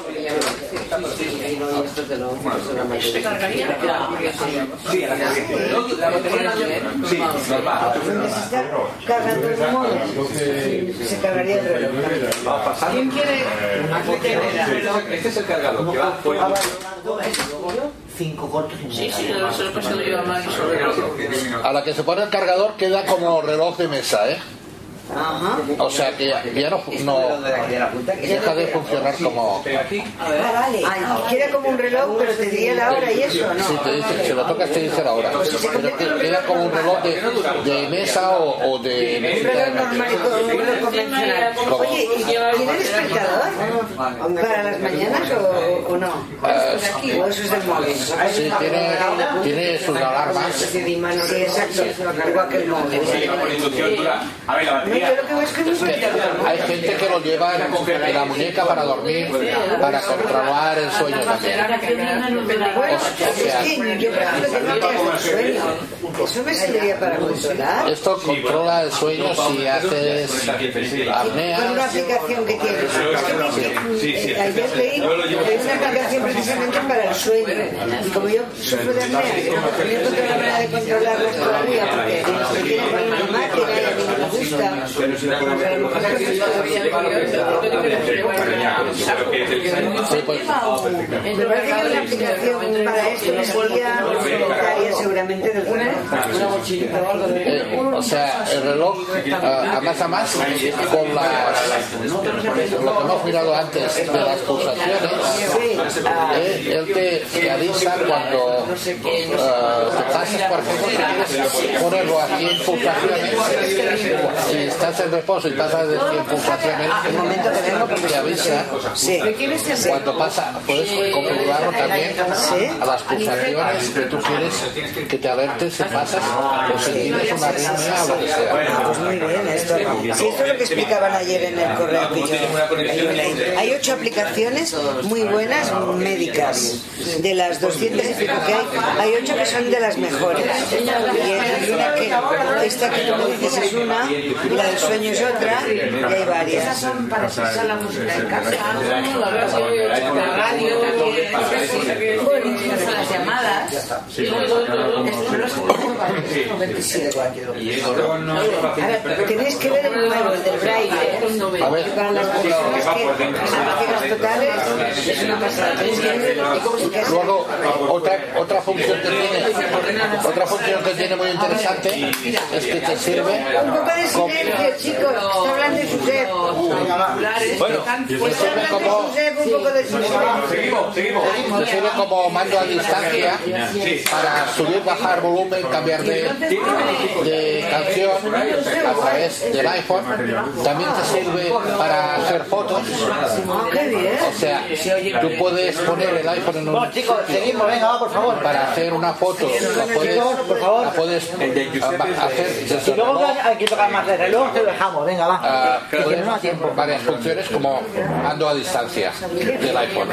La batería sí, normal. Cargando el móvil, se cargaría el reloj. ¿Quién quiere? Este es el cargador que va fuera. 5 cortos. Sí, se lo he pasado yo a Maggie sobre el A la que se pone el cargador queda como reloj de mesa, ¿eh? Ajá. O sea que ya no deja de funcionar como... Vale. Queda como un reloj, pero te diría la hora y eso, ¿no? Sí, te dice, si lo tocas te dice la hora. Pero queda como un reloj de mesa o de... Un reloj normal, un reloj convencional. Oye, ¿y tiene despertador para las mañanas o no? ¿O eso es del móvil? Sí, tiene sus alarmas. Sí, exacto. Igual que el móvil. A ver, la batería. Hay gente que lo lleva en la muñeca para dormir, para controlar el sueño también. Eso me serviría para controlar. Esto controla el sueño si haces apnea. Con una aplicación que tienes. Ayer leí que hay una aplicación precisamente para el sueño. Y como yo sufro de apnea, no encuentro otra manera de controlarlo todavía, porque me tiene por una máquina y a mí no me gusta. Me parece que una aplicación para esto me sería necesaria seguramente del reloj. O sea, el reloj a más con lo que hemos mirado antes de las pulsaciones, él te avisa cuando te pasas, por ejemplo, si quieres ponerlo aquí en pulsaciones, si estás en reposo y pasas de 100 pulsaciones, te avisa. Cuando pasa, puedes configurarlo también a las pulsaciones que tú quieres que te alerte si pasas o si tienes una arritmia o lo que sea. Pues muy bien, esto es lo que explicaban ayer en el correo que yo leí. Hay 8 aplicaciones muy buenas médicas. De las 200 y pico que hay 8 que son de las mejores. Y una que esta que tú me dices es una, y la del sueño es otra, y hay varias. Esas son para escuchar la música en casa, la radio, las llamadas. Tenéis que ver el nuevo, el del braille. Para las personas que las totales es una pasada. Luego, otra función que tiene muy interesante es que te sirve un poco de silencio, chicos. Está hablando de su sed. Bueno, te sirve como te sirve como mando a distancia para subir, bajar volumen, cambiar de canción a través del iPhone. También te sirve para hacer fotos. O sea, tú puedes poner el iPhone en un... Chicos, seguimos, venga, por favor. Para hacer una foto, la puedes hacer. Si luego hay que tocar más de reloj, te lo dejamos, venga, va. Puedes hacer varias funciones como mando a distancia del iPhone.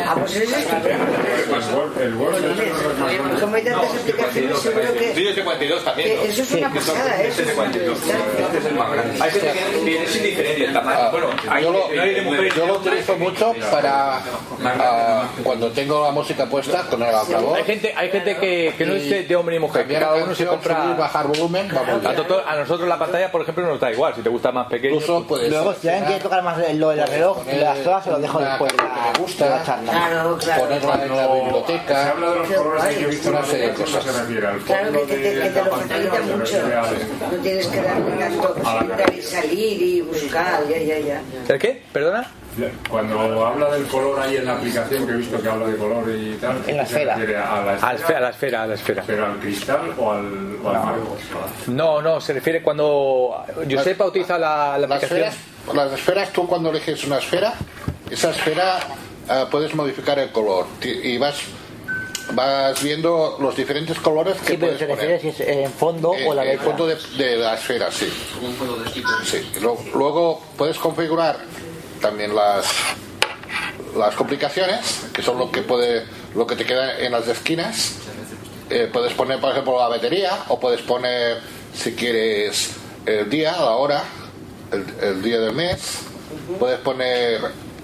El Word. Como hay tantas aplicaciones, seguro que... Sí, es de 42 también, ¿no? Eso es una pasada, Este es de 42. Este es el más grande. Hay gente que tiene sin diferencia el tamaño. Bueno, yo lo utilizo mucho para cuando tengo la música puesta con el altavoz. Hay gente que no es de hombre y mujer, que cada uno se compra... Subir, bajar volumen, a nosotros la pantalla, por ejemplo, nos da igual. Si te gusta más pequeño... Incluso puedes... Luego, si alguien quiere tocar más lo del reloj, las cosas se lo dejo después de la charla. Ponerla en la biblioteca. Se habla de los colores que yo he visto una serie de cosas. Claro, que te lo facilita mucho. No tienes que darle tanto pintar y salir y buscar. Ya. ¿El qué? ¿Perdona? Cuando habla del color ahí en la aplicación, que he visto que habla de color y tal, en la esfera. ¿se refiere a la esfera? ¿Pero al cristal o al marco? No, se refiere cuando Josepa utiliza la aplicación. Las esferas, tú cuando eliges una esfera, esa esfera puedes modificar el color y vas viendo los diferentes colores que puedes poner. Sí, pero se refiere si es en fondo o la letra. En fondo de la esfera, sí. Sí. Luego puedes configurar también las complicaciones, que son lo que te queda en las esquinas. Puedes poner, por ejemplo, la batería, o puedes poner, si quieres, el día, la hora, el día del mes. Puedes poner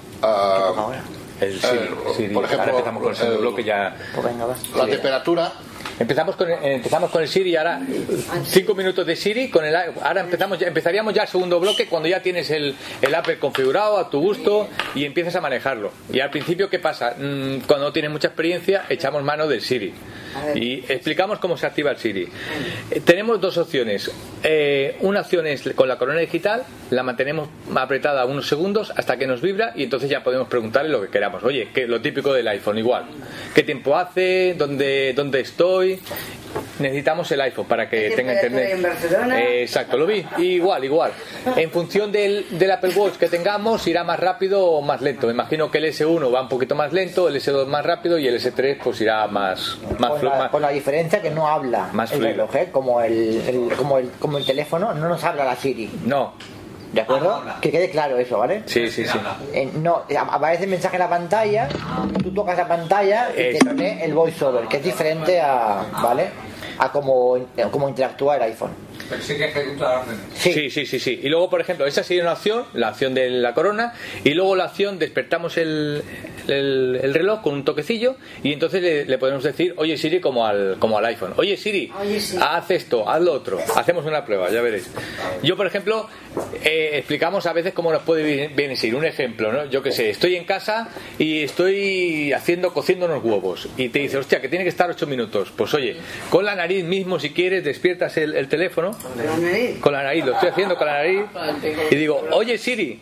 por ejemplo, ahora empezamos con el segundo bloque ya. La temperatura. Empezamos con el Siri. Ahora 5 minutos de Siri con el. Ahora empezaríamos ya el segundo bloque cuando ya tienes el Apple configurado a tu gusto y empiezas a manejarlo. Y al principio, ¿qué pasa? Cuando no tienes mucha experiencia, echamos mano del Siri y explicamos cómo se activa el Siri. Tenemos dos opciones. Una opción es con la corona digital, la mantenemos apretada unos segundos hasta que nos vibra y entonces ya podemos preguntarle lo que queramos. Oye, que lo típico del iPhone, igual. ¿Qué tiempo hace? ¿Dónde estoy? Necesitamos el iPhone para que tenga internet. En Barcelona. Exacto, lo vi. Igual. En función del Apple Watch que tengamos, irá más rápido o más lento. Me imagino que el S1 va un poquito más lento, el S2 más rápido y el S3 pues irá más con la diferencia que no habla más el reloj, como el teléfono, no nos habla la Siri. No. ¿De acuerdo? Que quede claro eso, ¿vale? Sí. No, aparece el mensaje en la pantalla, tú tocas la pantalla y te pone el voiceover, que es diferente a cómo interactúa el iPhone. Pero sí que ejecuta órdenes. Sí. Y luego, por ejemplo, esa sería una opción, la opción de la corona, y luego la opción despertamos el reloj con un toquecillo y entonces le podemos decir, oye Siri, como al iPhone, oye Siri, haz esto, haz lo otro, hacemos una prueba, ya veréis. Yo, por ejemplo, explicamos a veces cómo nos puede venir un ejemplo, ¿no? Yo que sé, estoy en casa y estoy cociendo unos huevos y te dice, hostia, que tiene que estar 8 minutos. Pues oye, con la nariz mismo, si quieres, despiertas el teléfono. Con la nariz, lo estoy haciendo con la nariz y digo, oye Siri,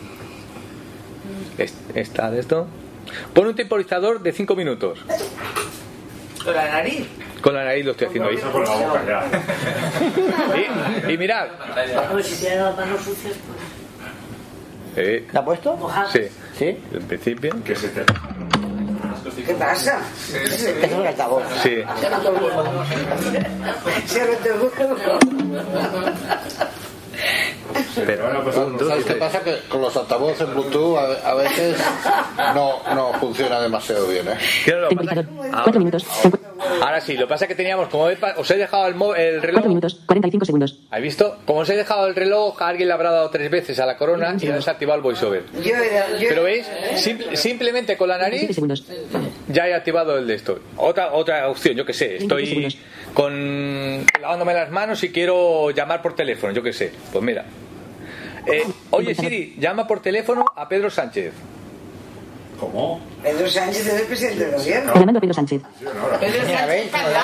está de esto, pon un temporizador de 5 minutos. ¿Con la nariz? Con la nariz lo estoy haciendo ahí. Con la boca ya. Y mirad. Si tiene las manos sucias, pues. ¿La ha puesto? Sí. En principio. Que se te... ¿Qué pasa? Es un altavoz. Sí. Se ha roto el huevo. Pero, ¿sabes qué pasa? Que con los altavoces Bluetooth a veces no funciona demasiado bien, Ahora sí, lo que pasa es que teníamos, como os he dejado el reloj. 4 minutos, 45 segundos. ¿Habéis visto? Como os he dejado el reloj, alguien le habrá dado 3 veces a la corona y ha desactivado el voiceover. Pero veis, simplemente con la nariz ya he activado el de esto. Otra opción, yo que sé, estoy lavándome las manos y quiero llamar por teléfono, yo que sé. Pues mira. Oye Siri, llama por teléfono a Pedro Sánchez. ¿Cómo? Pedro Sánchez es el presidente del gobierno. Llamando a Pedro Sánchez. Pedro Sánchez está al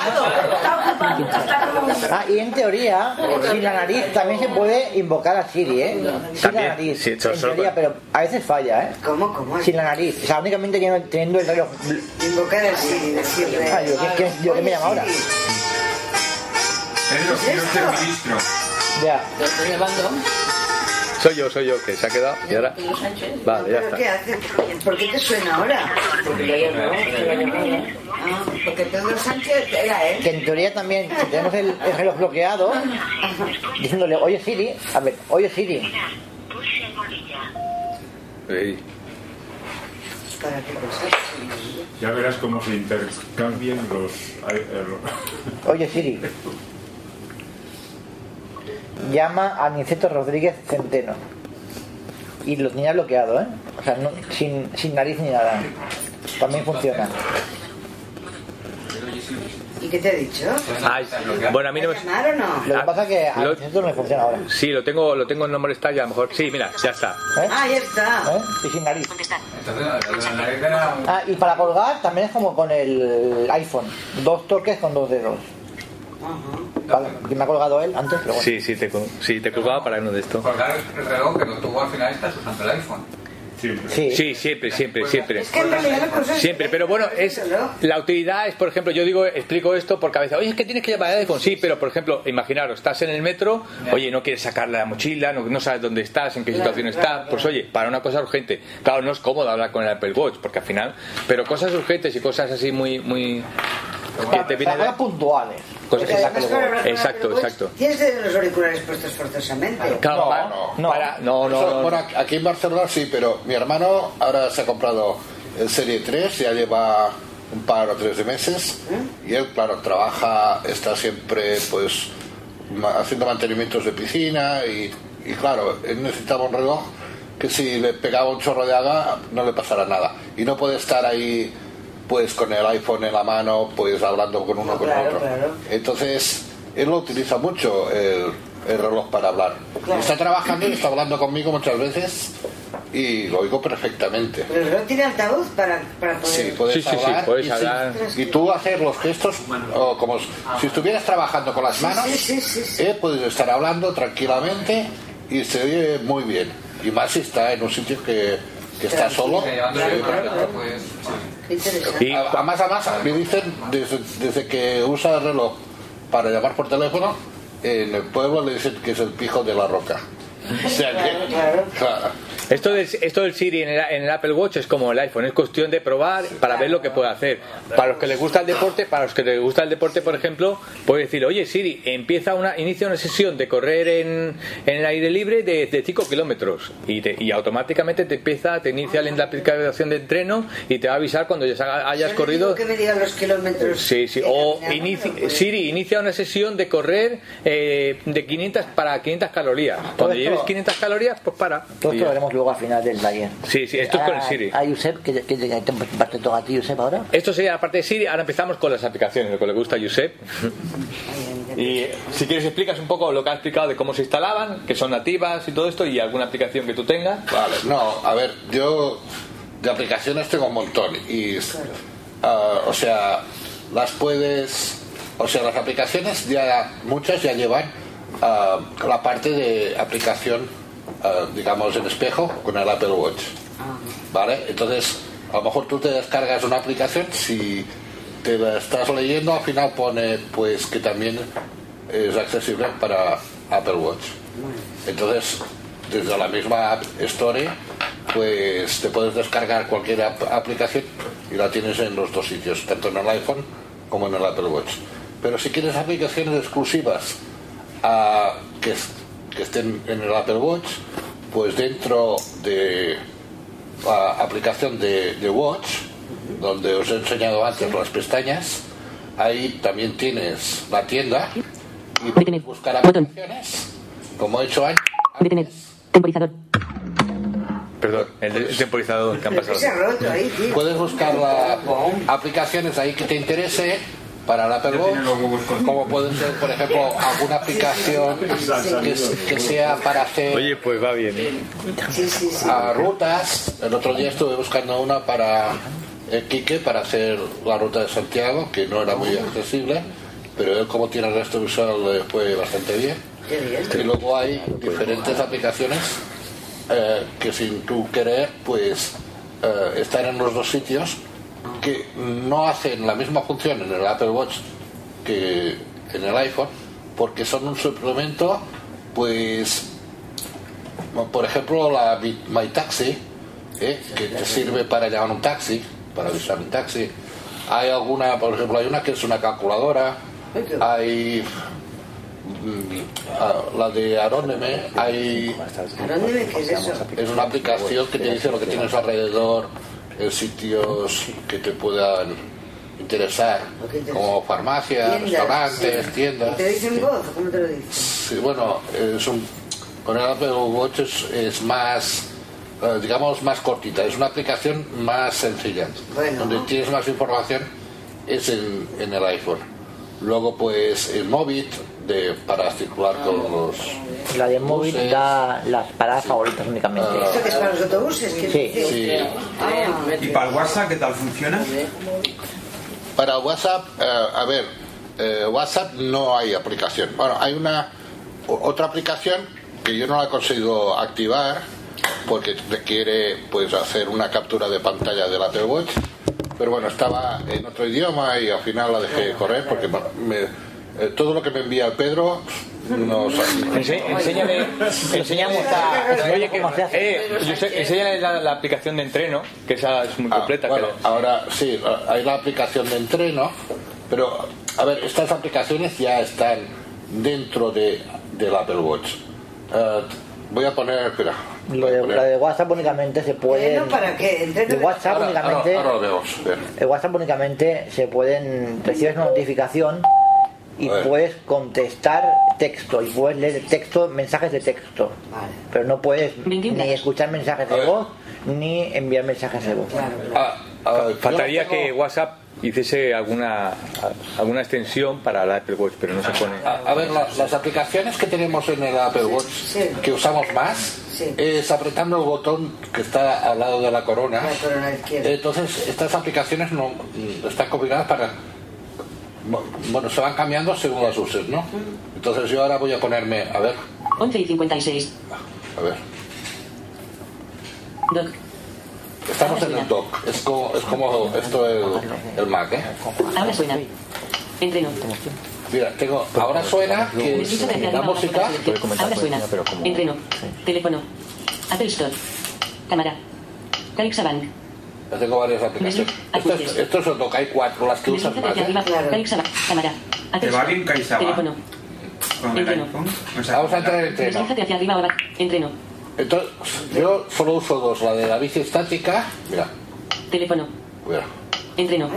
lado. Y en teoría, sin la nariz también se puede invocar a Siri, Sin la nariz. Sí, en teoría, pero a veces falla, ¿Cómo? Sin la nariz. O sea, únicamente teniendo el reloj. Invocar a Siri, decirle. ¿Yo qué me llamo ahora? Pedro, quiero ser ministro. Ya. ¿Lo estoy llamando? Soy yo, que se ha quedado y ahora. Vale, ya está. ¿Qué hace? ¿Por qué te suena ahora? Porque lo llamó. Porque Pedro Sánchez era él. Que en teoría también, si tenemos el reloj bloqueado, diciéndole, oye Siri, oye Siri. Ey. ¿Para qué cosas? Ya verás cómo se intercambian los... Oye Siri. Llama a Niceto Rodríguez Centeno. Y lo tenía bloqueado, O sea, sin nariz ni nada. También funciona. ¿Y qué te ha dicho? Bueno, a mí no me... ¿Llamar o no? Lo que pasa es que a Niceto no le funciona ahora. Sí, lo tengo en nombre está ya a lo mejor. Sí, mira, ya está. Ah, ya está. Y sin nariz. Y para colgar también es como con el iPhone. 2 toques con 2 dedos. Vale, porque me ha colgado él antes. Pero bueno. Sí, te colgaba para uno de esto. Colgar el reloj, pero tú al final estás usando el iPhone. Sí, siempre. Es que en realidad la cosa es Siempre, pero bueno, la utilidad es, por ejemplo, yo explico esto porque a veces, oye, es que tienes que llevar el iPhone. Sí, pero por ejemplo, imaginaros, estás en el metro, oye, no quieres sacar la mochila, no sabes dónde estás, en qué situación estás, pues oye, para una cosa urgente. Claro, no es cómodo hablar con el Apple Watch, porque al final, pero cosas urgentes y cosas así muy que te vienen puntuales. Exacto. ¿Tienes los auriculares puestos forzosamente? No. Aquí en Barcelona sí, pero mi hermano ahora se ha comprado el Serie 3, ya lleva un par o 3 de meses, y él, claro, está siempre pues haciendo mantenimientos de piscina y claro, él necesitaba un reloj que si le pegaba un chorro de agua no le pasara nada, y no puede estar ahí pues con el iPhone en la mano, pues hablando con uno con otro. Entonces él lo utiliza mucho el reloj para hablar. Está trabajando y está hablando conmigo muchas veces y lo oigo perfectamente. ¿Pero el reloj tiene altavoz para poder...? Sí, puedes hablar. Y tú hacer los gestos como si estuvieras trabajando con las manos. Puedes estar hablando tranquilamente y se oye muy bien. Y más si está en un sitio que está solo. Y además me dicen desde que usa el reloj para llamar por teléfono, en el pueblo le dicen que es el pijo de la roca. O sea que, claro. Esto del Siri en el Apple Watch es como el iPhone, es cuestión de probar para ver lo que puede hacer. Para los que les gusta el deporte, por ejemplo, puedes decir, oye Siri, inicia una sesión de correr en el aire libre de 5 kilómetros y automáticamente te inicia la aplicación de entreno y te va a avisar cuando ya hayas corrido. Que me digan los kilómetros. Sí. O Siri, inicia una sesión de correr de 500 calorías. Cuando lleves 500 calorías, pues para. Todo esto lo veremos luego al final del taller. Sí, esto es con el Siri. ¿A Josep? ¿Qué parte toca a ti, Josep, ahora? Esto sería la parte de Siri. Ahora empezamos con las aplicaciones, lo que le gusta a Josep. Y si quieres explicas un poco lo que ha explicado de cómo se instalaban, que son nativas y todo esto, y alguna aplicación que tú tengas. Vale, a ver, yo de aplicaciones tengo un montón y las aplicaciones muchas ya llevan la parte de aplicación, digamos, en espejo con el Apple Watch, ¿vale? Entonces a lo mejor tú te descargas una aplicación, si te la estás leyendo al final pone pues que también es accesible para Apple Watch. Entonces desde la misma App Store pues te puedes descargar cualquier aplicación y la tienes en los dos sitios, tanto en el iPhone como en el Apple Watch. Pero si quieres aplicaciones exclusivas que estén en el Apple Watch, pues dentro de la aplicación de Watch, donde os he enseñado antes las pestañas, ahí también tienes la tienda y puedes buscar aplicaciones, como he hecho antes. Temporizador. Perdón, el temporizador que han pasado. Puedes buscar aplicaciones ahí que te interese para el Apple Watch, como puede ser, por ejemplo, alguna aplicación que sea para hacer pues va bien, rutas. El otro día estuve buscando una para Quique para hacer la ruta de Santiago, que no era muy accesible, pero él, como tiene el resto visual, le fue bastante bien. Y luego hay diferentes aplicaciones que sin tú querer pues están en los dos sitios, que no hacen la misma función en el Apple Watch que en el iPhone, porque son un suplemento. Pues por ejemplo la My Taxi, que te sirve para llamar un taxi, para avisar un taxi. Hay alguna, por ejemplo, hay una que es una calculadora, hay la de Aróneme, ¿qué es eso? Es una aplicación que te dice lo que tienes alrededor en sitios que te puedan interesar, como farmacias, restaurantes, tiendas. ¿Te dicen voz? ¿Cómo te lo dicen? Sí, bueno, con el Apple Watch es más, digamos, más cortita. Es una aplicación más sencilla. Donde tienes más información es en el iPhone. Luego, pues, el Movit para circular con los... La de Movit da las paradas favoritas únicamente. ¿Esto que es para los autobuses? Sí. ¿Y para el WhatsApp qué tal funciona? Para el WhatsApp, a ver, WhatsApp no hay aplicación. Bueno, hay otra aplicación que yo no la he conseguido activar porque requiere pues hacer una captura de pantalla del Apple Watch, pero bueno, estaba en otro idioma y al final la dejé correr porque todo lo que me envía Pedro enséñale la aplicación de entreno, que esa es muy completa. Bueno, ahora sí, hay la aplicación de entreno, pero a ver, estas aplicaciones ya están dentro del Apple Watch. Voy a poner, espera. La de WhatsApp únicamente se puede. ¿Para qué? De WhatsApp únicamente. Ahora lo vemos. El WhatsApp únicamente se pueden. Recibes una notificación y puedes contestar texto y puedes leer texto, mensajes de texto. Vale. Pero no puedes ni escuchar mensajes de voz ni enviar mensajes de voz. Faltaría que WhatsApp hiciese alguna extensión para el Apple Watch, pero no se pone. A ver, las aplicaciones que tenemos en el Apple Watch que usamos más es apretando el botón que está al lado de la corona. Entonces estas aplicaciones no están configuradas para, bueno, se van cambiando según las uses, ¿no? Entonces yo ahora voy a ponerme, a ver, 11:56. a ver, Doc. estamos en el dock, es como esto el Mac, ¿eh? Ahora suena. Entreno. Mira, ahora suena que la música. Ahora suena. Entreno. Teléfono. Apple Store. Cámara. Alexa Bank. Yo tengo varias aplicaciones. Esto es el dock, hay 4 las que usas más, ¿eh? Alexa Bank. Cámara. ¿Te va bien Alexa Bank? Teléfono. Con el iPhone. Vamos a entrar en entreno. Deslízate hacia arriba o entreno. Entonces, yo solo uso 2, la de la bici estática. Mira. Teléfono. Mira. Entreno.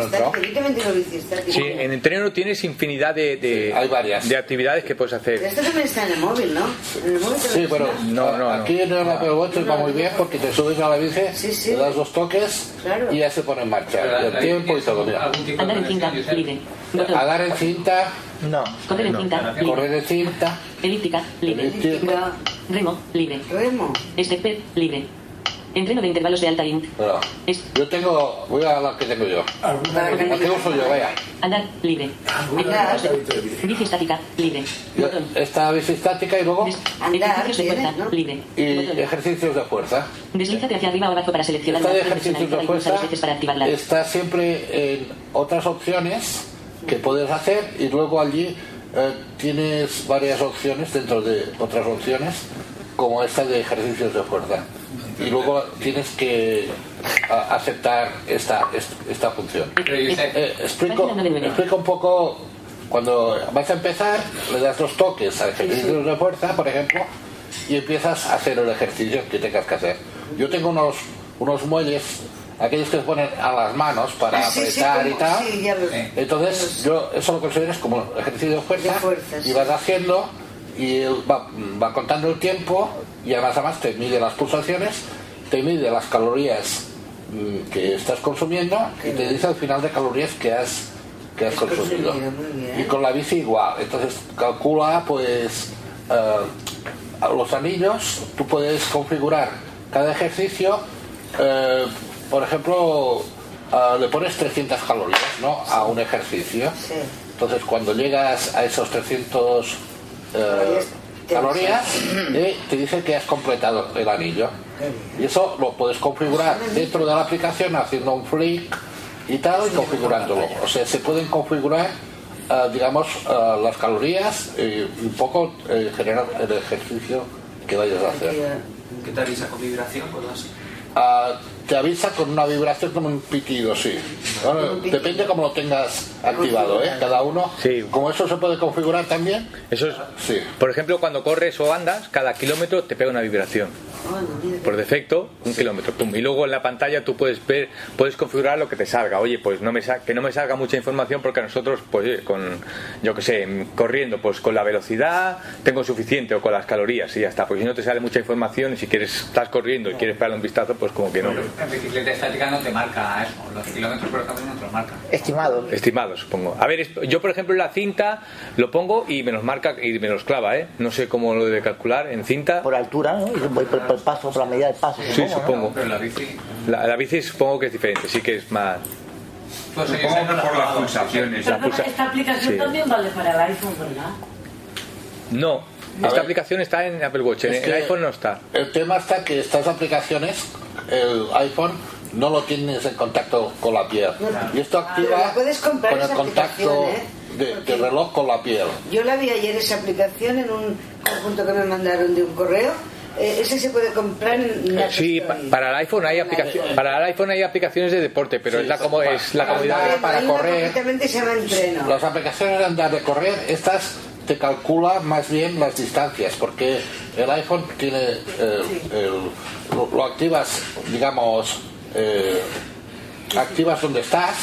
Sí, en entreno tienes infinidad hay varias de actividades que puedes hacer. Esto también está en el móvil, ¿no? En el móvil sí, pero aquí en el Apple Watch va muy bien porque te subes a la bici, le das 2 toques y ya se pone en marcha. El tiempo y todo. Mira. Andar en cinta, libre. Andar en cinta. No. Correr en cinta, libre. Correr en cinta. Elíptica, libre. Remo, libre. Remo. Stepper, libre. Entreno de intervalos de alta int. Bueno, voy a la que tengo yo. La que uso yo, vaya. Andar, libre. Bici estática, libre. Botón. Esta bici estática y luego ejercicios de fuerza, libre. Y ejercicios de fuerza. Deslízate hacia arriba o abajo para seleccionar esta de ejercicios de fuerza para activarla. Está siempre en otras opciones que puedes hacer y luego allí tienes varias opciones dentro de otras opciones como esta de ejercicios de fuerza y luego tienes que aceptar esta función. Explico un poco. Cuando vas a empezar le das 2 toques a ejercicios de fuerza, por ejemplo, y empiezas a hacer el ejercicio que tengas que hacer. Yo tengo unos muelles, aquellos que se ponen a las manos para apretar y tal. Entonces yo eso lo considero como ejercicio de fuerza y vas haciendo y él va contando el tiempo y además te mide las pulsaciones, te mide las calorías que estás consumiendo y te dice al final de calorías que has consumido. Y con la bici igual, entonces calcula pues los anillos, tú puedes configurar cada ejercicio, por ejemplo le pones 300 calorías, ¿no?, a un ejercicio. Entonces cuando llegas a esos 300 calorías te dice que has completado el anillo y eso lo puedes configurar dentro de la aplicación haciendo un flick y tal y configurándolo. O sea, se pueden configurar las calorías y un poco generar el ejercicio que vayas a hacer. ¿Qué te avisa con vibración? Te avisa con una vibración, con un pitido, sí. Bueno, depende cómo lo tengas activado, ¿eh? Cada uno. Sí. Como eso se puede configurar también. Eso es. Sí. Por ejemplo, cuando corres o andas, cada kilómetro te pega una vibración. Por defecto, 1 kilómetro, pum. Y luego en la pantalla tú puedes configurar lo que te salga. Oye, pues que no me salga mucha información porque a nosotros, pues yo que sé, corriendo, pues con la velocidad tengo suficiente o con las calorías y ya está. Pues si no te sale mucha información y si estás corriendo y quieres pegarle un vistazo, pues como que no. En bicicleta estática no te marca eso. Los kilómetros, por ejemplo, no te los marca. Estimado, supongo. A ver, yo por ejemplo en la cinta lo pongo y me los marca y me los clava, ¿eh? No sé cómo lo debe calcular en cinta. Por altura, ¿no? Voy por el paso, por la medida del paso. Sí, supongo. Pero la bici... La bici supongo que es diferente, sí que es más... Supongo que por las pulsaciones. Esta aplicación también vale para el iPhone, ¿verdad? No, esta aplicación está en Apple Watch, en el iPhone no está. El tema está que estas aplicaciones, el iPhone no lo tienes en contacto con la piel. Y esto activa con el contacto del reloj con la piel. Yo la vi ayer esa aplicación en un conjunto que me mandaron de un correo. Ese se puede comprar en la Sí, para el iPhone hay aplicaciones de deporte, pero es la comodidad para correr. Se llama Entreno. Las aplicaciones de andar de correr, estas te calcula más bien las distancias, porque el iPhone tiene lo activas, digamos, activas donde estás,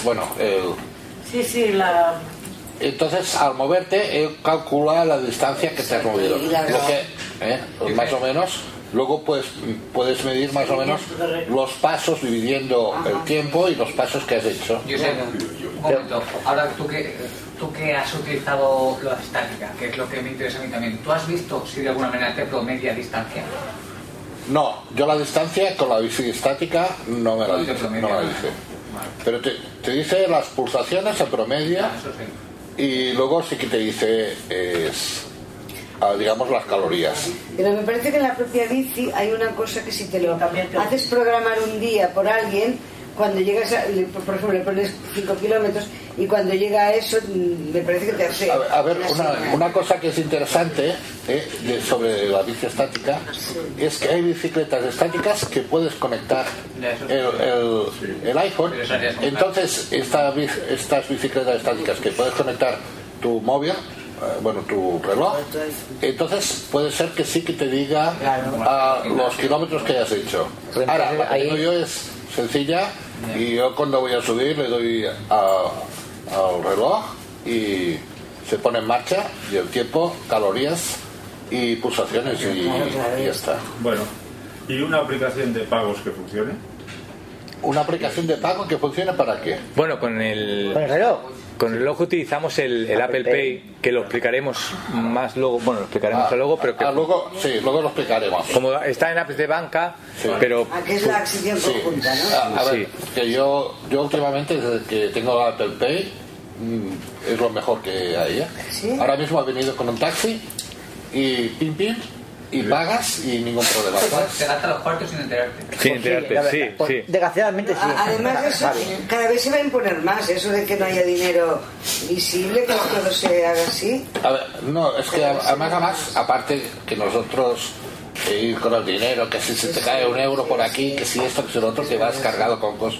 entonces al moverte él calcula la distancia que te has movido, pues más o menos. Luego pues puedes medir más o menos los pasos dividiendo el tiempo y los pasos que has hecho. Yo sé, un momento, ahora tú que has utilizado la estática, que es lo que me interesa a mí también, ¿tú has visto si de alguna manera te promedia distancia? No, yo la distancia con la bici estática no me la dice. Pero te dice las pulsaciones en promedio y luego sí que te dice digamos las calorías. Pero me parece que en la propia bici hay una cosa que si te lo haces programar un día por alguien, cuando llegas por ejemplo le pones 5 kilómetros y cuando llega a eso me parece que te hace a ver una cosa que es interesante sobre la bici estática es que hay bicicletas estáticas que puedes conectar el iPhone. Entonces estas bicicletas estáticas que puedes conectar tu móvil, tu reloj, entonces puede ser que sí que te diga los kilómetros que hayas hecho. Ahora, la que tengo yo es sencilla y yo cuando voy a subir le doy al reloj y se pone en marcha y el tiempo, calorías y pulsaciones y ya está. Bueno, ¿y una aplicación de pagos que funcione? ¿Una aplicación de pago que funcione para qué? Bueno, con el reloj. Con el reloj utilizamos el Apple Pay, que lo explicaremos más luego. Bueno, lo explicaremos luego, pero que luego lo explicaremos. Como está en apps de banca, pero aquí es la acción conjunta, ¿no? A ver, que yo últimamente desde que tengo Apple Pay es lo mejor que hay. ¿Sí? Ahora mismo he venido con un taxi y pim y pagas y ningún problema. Te gastas los cuartos sin enterarte. Sin enterarte, sí. Desgraciadamente sí. Además de eso, cada vez se va a imponer más eso de que no haya dinero visible, que todo se haga así. A ver, no, es que además, aparte que nosotros ir con el dinero, que si se te cae un euro por aquí, que si esto, que si lo otro, que vas cargado con cosas.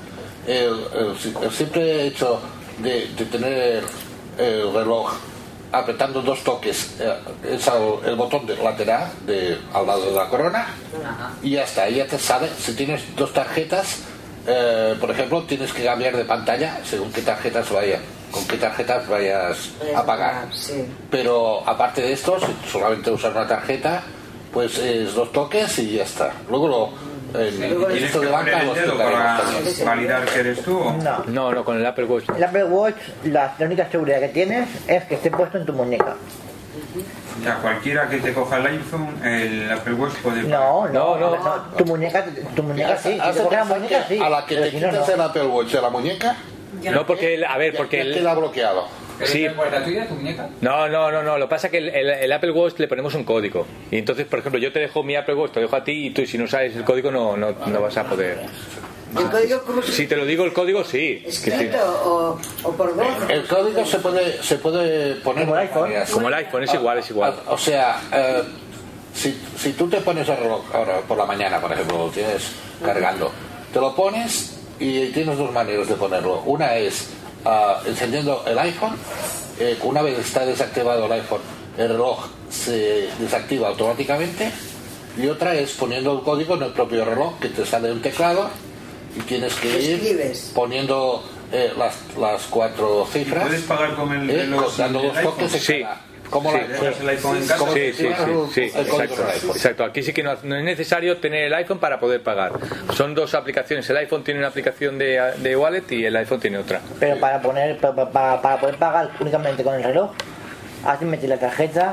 El simple hecho de tener el reloj apretando dos toques es el botón lateral al lado de la corona y ya está, ya te sale. Si tienes dos tarjetas, por ejemplo, tienes que cambiar de pantalla según qué tarjetas con qué tarjetas vayas a pagar. Pero aparte de esto, si solamente usar una tarjeta, pues es dos toques y ya está. Luego ¿Tienes que poner el dedo para validar que eres tú? No, con el Apple Watch. El Apple Watch, la única seguridad que tienes es que esté puesto en tu muñeca. O sea, cualquiera que te coja el iPhone, el Apple Watch puede... No. Tu muñeca sí. Si te coge la muñeca, sí. A la que te quitas el Apple Watch de la muñeca... No, porque él queda bloqueado. Sí. ¿La tuya, tu muñeca? No. Lo que pasa es que el Apple Watch le ponemos un código. Y entonces, por ejemplo, yo te dejo mi Apple Watch, te lo dejo a ti y tú, si no sabes el código, no vas a poder. ¿El código cómo si te lo digo el código, sí. ¿Escrito o por voz? El código se puede poner como el iPhone. Como el iPhone, es igual. O sea, si tú te pones el reloj ahora por la mañana, por ejemplo, lo tienes cargando, te lo pones y tienes dos maneras de ponerlo. Una es encendiendo el iPhone. Una vez está desactivado el iPhone, el reloj se desactiva automáticamente. Y otra es poniendo el código en el propio reloj, que te sale un teclado y tienes que ir poniendo las cuatro cifras. ¿Puedes pagar con el reloj dando dos toques en cada? ¿Cómo sí. el iPhone en casa? Sí, exacto. Aquí sí que no es necesario tener el iPhone para poder pagar. Son dos aplicaciones. El iPhone tiene una aplicación de wallet y el iPhone tiene otra. Pero para poder pagar únicamente con el reloj, has de meter la tarjeta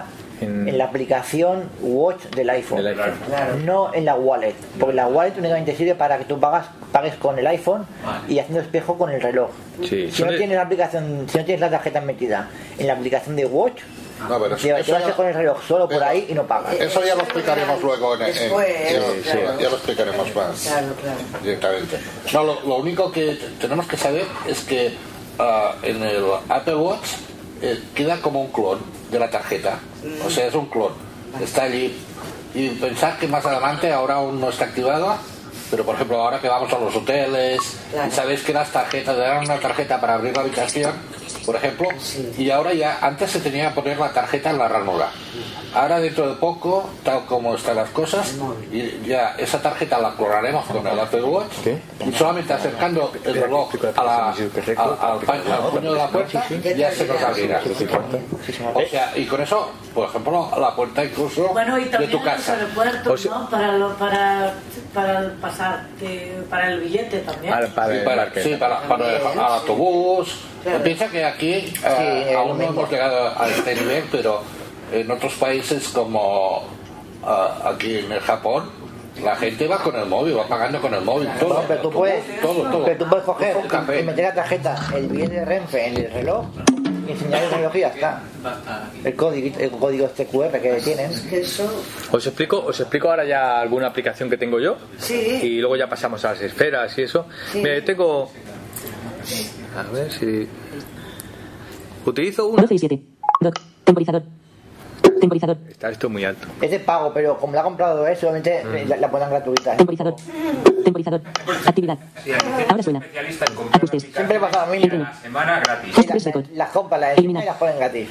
en la aplicación Watch del iPhone, Claro. no en la wallet, porque la wallet únicamente sirve para que tú pagues con el iPhone y haciendo espejo con el reloj. Sí, Si no tienes la aplicación, si no tienes la tarjeta metida en la aplicación de Watch, No, pero te vas a con el reloj solo por ahí y no pagas. Eso ya lo explicaremos luego Después, claro. ya lo explicaremos más Claro. directamente. No, lo único que tenemos que saber es que en el Apple Watch queda como un clon de la tarjeta. O sea, es un clon. Está allí. Y pensar que más adelante ahora aún no está activado, pero por ejemplo ahora que vamos a los hoteles, y sabéis que las tarjetas, dan una tarjeta para abrir la habitación, por ejemplo, y ahora ya, antes se tenía que poner la tarjeta en la ranura. Ahora dentro de poco, tal como están las cosas, y ya esa tarjeta la clonaremos con el Apple Watch y solamente acercando el reloj al puño de la puerta ya se nos abrirá. O sea, y con eso, por ejemplo, la puerta incluso Bueno, y de también tu en los casa. aeropuertos, ¿no? Para el pasarte, para el billete también. Para el autobús. Piensa que aquí aún no hemos llegado a este nivel, pero en otros países como aquí en el Japón, la gente va con el móvil, va pagando con el móvil todo. No, pero tú puedes coger café. y meter la tarjeta, el billete de Renfe en el reloj y enseñar el reloj y ya está. El código este QR que tienen. Os explico ahora ya alguna aplicación que tengo yo. Sí. Y luego ya pasamos a las esferas y eso. Sí. Mira, tengo... A ver si... Utilizo un... 12 y 7. Doc. Temporizador. Está esto muy alto. Es de pago, pero como la ha comprado él, solamente la ponen gratuita. Temporizador. Actividad. Ahora suena. Ajustes. Siempre pasa lo mismo. Entreno. Semana gratis. Las compras, las eliminan y las ponen gratis.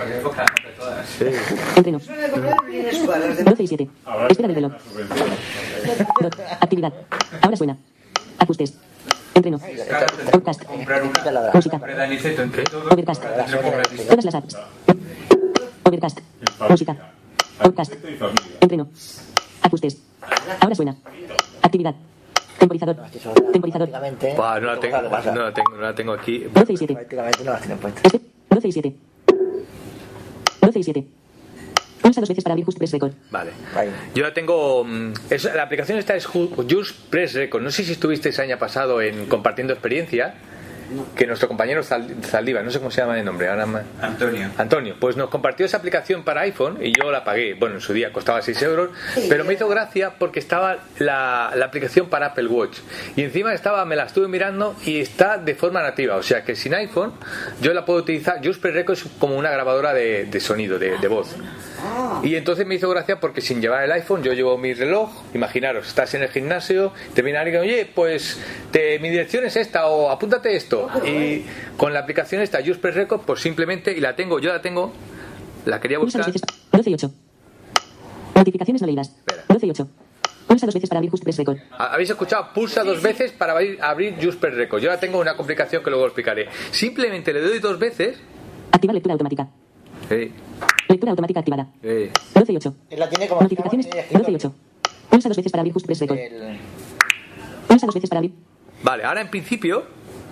Entreno. 12 y 7. Espera del reloj. Doc. Actividad. Ahora suena. Ajustes. Entreno. Podcast. Música. Overcast. Todas las apps. Overcast. Música. Podcast. Entreno. Ajustes. Ahora suena. Actividad. Temporizador. Buah, no la tengo aquí. 12 y 7. 12 y 7. 12 y 7. Pulsa 2 veces para abrir Just Press Record. Vale. Yo la tengo... la aplicación esta es Just Press Record. No sé si estuvisteis el año pasado en compartiendo experiencia, que nuestro compañero Zaldívar, no sé cómo se llama el nombre ahora. Antonio, pues nos compartió esa aplicación para iPhone y yo la pagué. Bueno, en su día costaba 6 euros, pero me hizo gracia porque estaba la aplicación para Apple Watch y encima me la estuve mirando y está de forma nativa, o sea que sin iPhone yo la puedo utilizar. Just Press Record es como una grabadora de sonido, de voz. Y entonces me hizo gracia porque sin llevar el iPhone yo llevo mi reloj. Imaginaros, estás en el gimnasio, te viene alguien, oye, pues mi dirección es esta o apúntate esto, y con la aplicación esta Just Press Record pues simplemente, y yo la tengo, la quería buscar. 12 y 8. Notificaciones no leídas. 12 y 8. Pulsa 2 veces para abrir Just Press Record. ¿Habéis escuchado? Pulsa 2 veces para abrir Just Press Record. Yo la tengo una complicación que luego explicaré. Simplemente le doy 2 veces. Activar lectura automática. Sí. Lectura automática activada. 12 y 8. Notificaciones 12 y 8. Pulsa 2 veces para abrir Just Press Record. Pulsa 2 veces para abrir. Vale, ahora en principio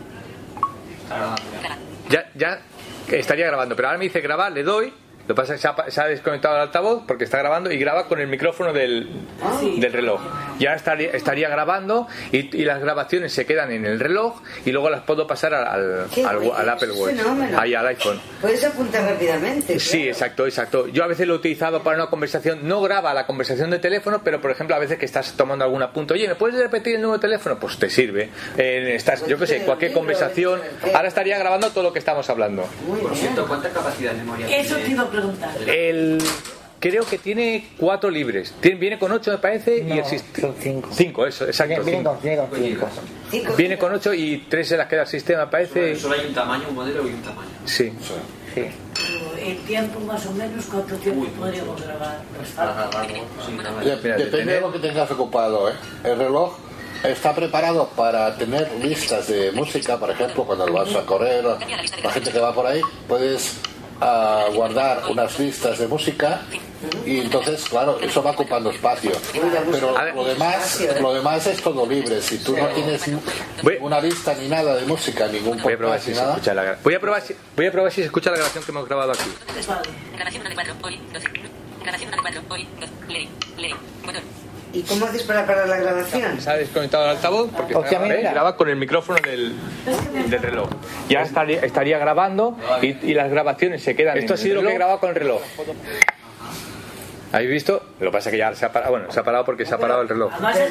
ya estaría grabando, pero ahora me dice grabar, le doy. Lo que pasa es que se ha desconectado el altavoz porque está grabando y graba con el micrófono del reloj. Ya estaría grabando y las grabaciones se quedan en el reloj y luego las puedo pasar al Apple Watch, ahí al iPhone. Puedes apuntar rápidamente. Sí, exacto. Yo a veces lo he utilizado para una conversación, no graba la conversación de teléfono, pero por ejemplo a veces que estás tomando algún apunte, oye, ¿me puedes repetir el número de teléfono? Pues te sirve. Yo qué sé, cualquier conversación. Ahora estaría grabando todo lo que estamos hablando. Por cierto, ¿cuánta capacidad de memoria? Eso te iba a preguntar. Creo que tiene 4 libres. Viene con 8 me parece y existe. Son 5. 5, eso, exacto. Viene con 5. Viene con 8 y 3 se las queda el sistema, me parece. Solo hay un tamaño, un modelo y un tamaño. Sí. El tiempo más o menos, ¿cuánto tiempo podríamos grabar? Depende de lo que tengas ocupado, ¿eh? El reloj está preparado para tener listas de música, por ejemplo, cuando vas a correr, la gente que va por ahí, puedes a guardar unas listas de música y entonces, claro, eso va ocupando espacio. Pero lo demás es todo libre. Si tú no tienes una lista ni nada de música, ningún podcast ni nada. Voy a probar si se escucha la grabación que hemos grabado aquí. Grabación 4, hoy, 12. Grabación 4, hoy, 12. Play, botón. ¿Y cómo haces para parar la grabación? Se ha desconectado el altavoz porque graba con el micrófono del reloj. Ya estaría grabando y las grabaciones se quedan. Esto ha sido lo que he grabado con el reloj. ¿Habéis visto? Lo que pasa es que ya se ha parado. Bueno, se ha parado porque se ha parado el reloj.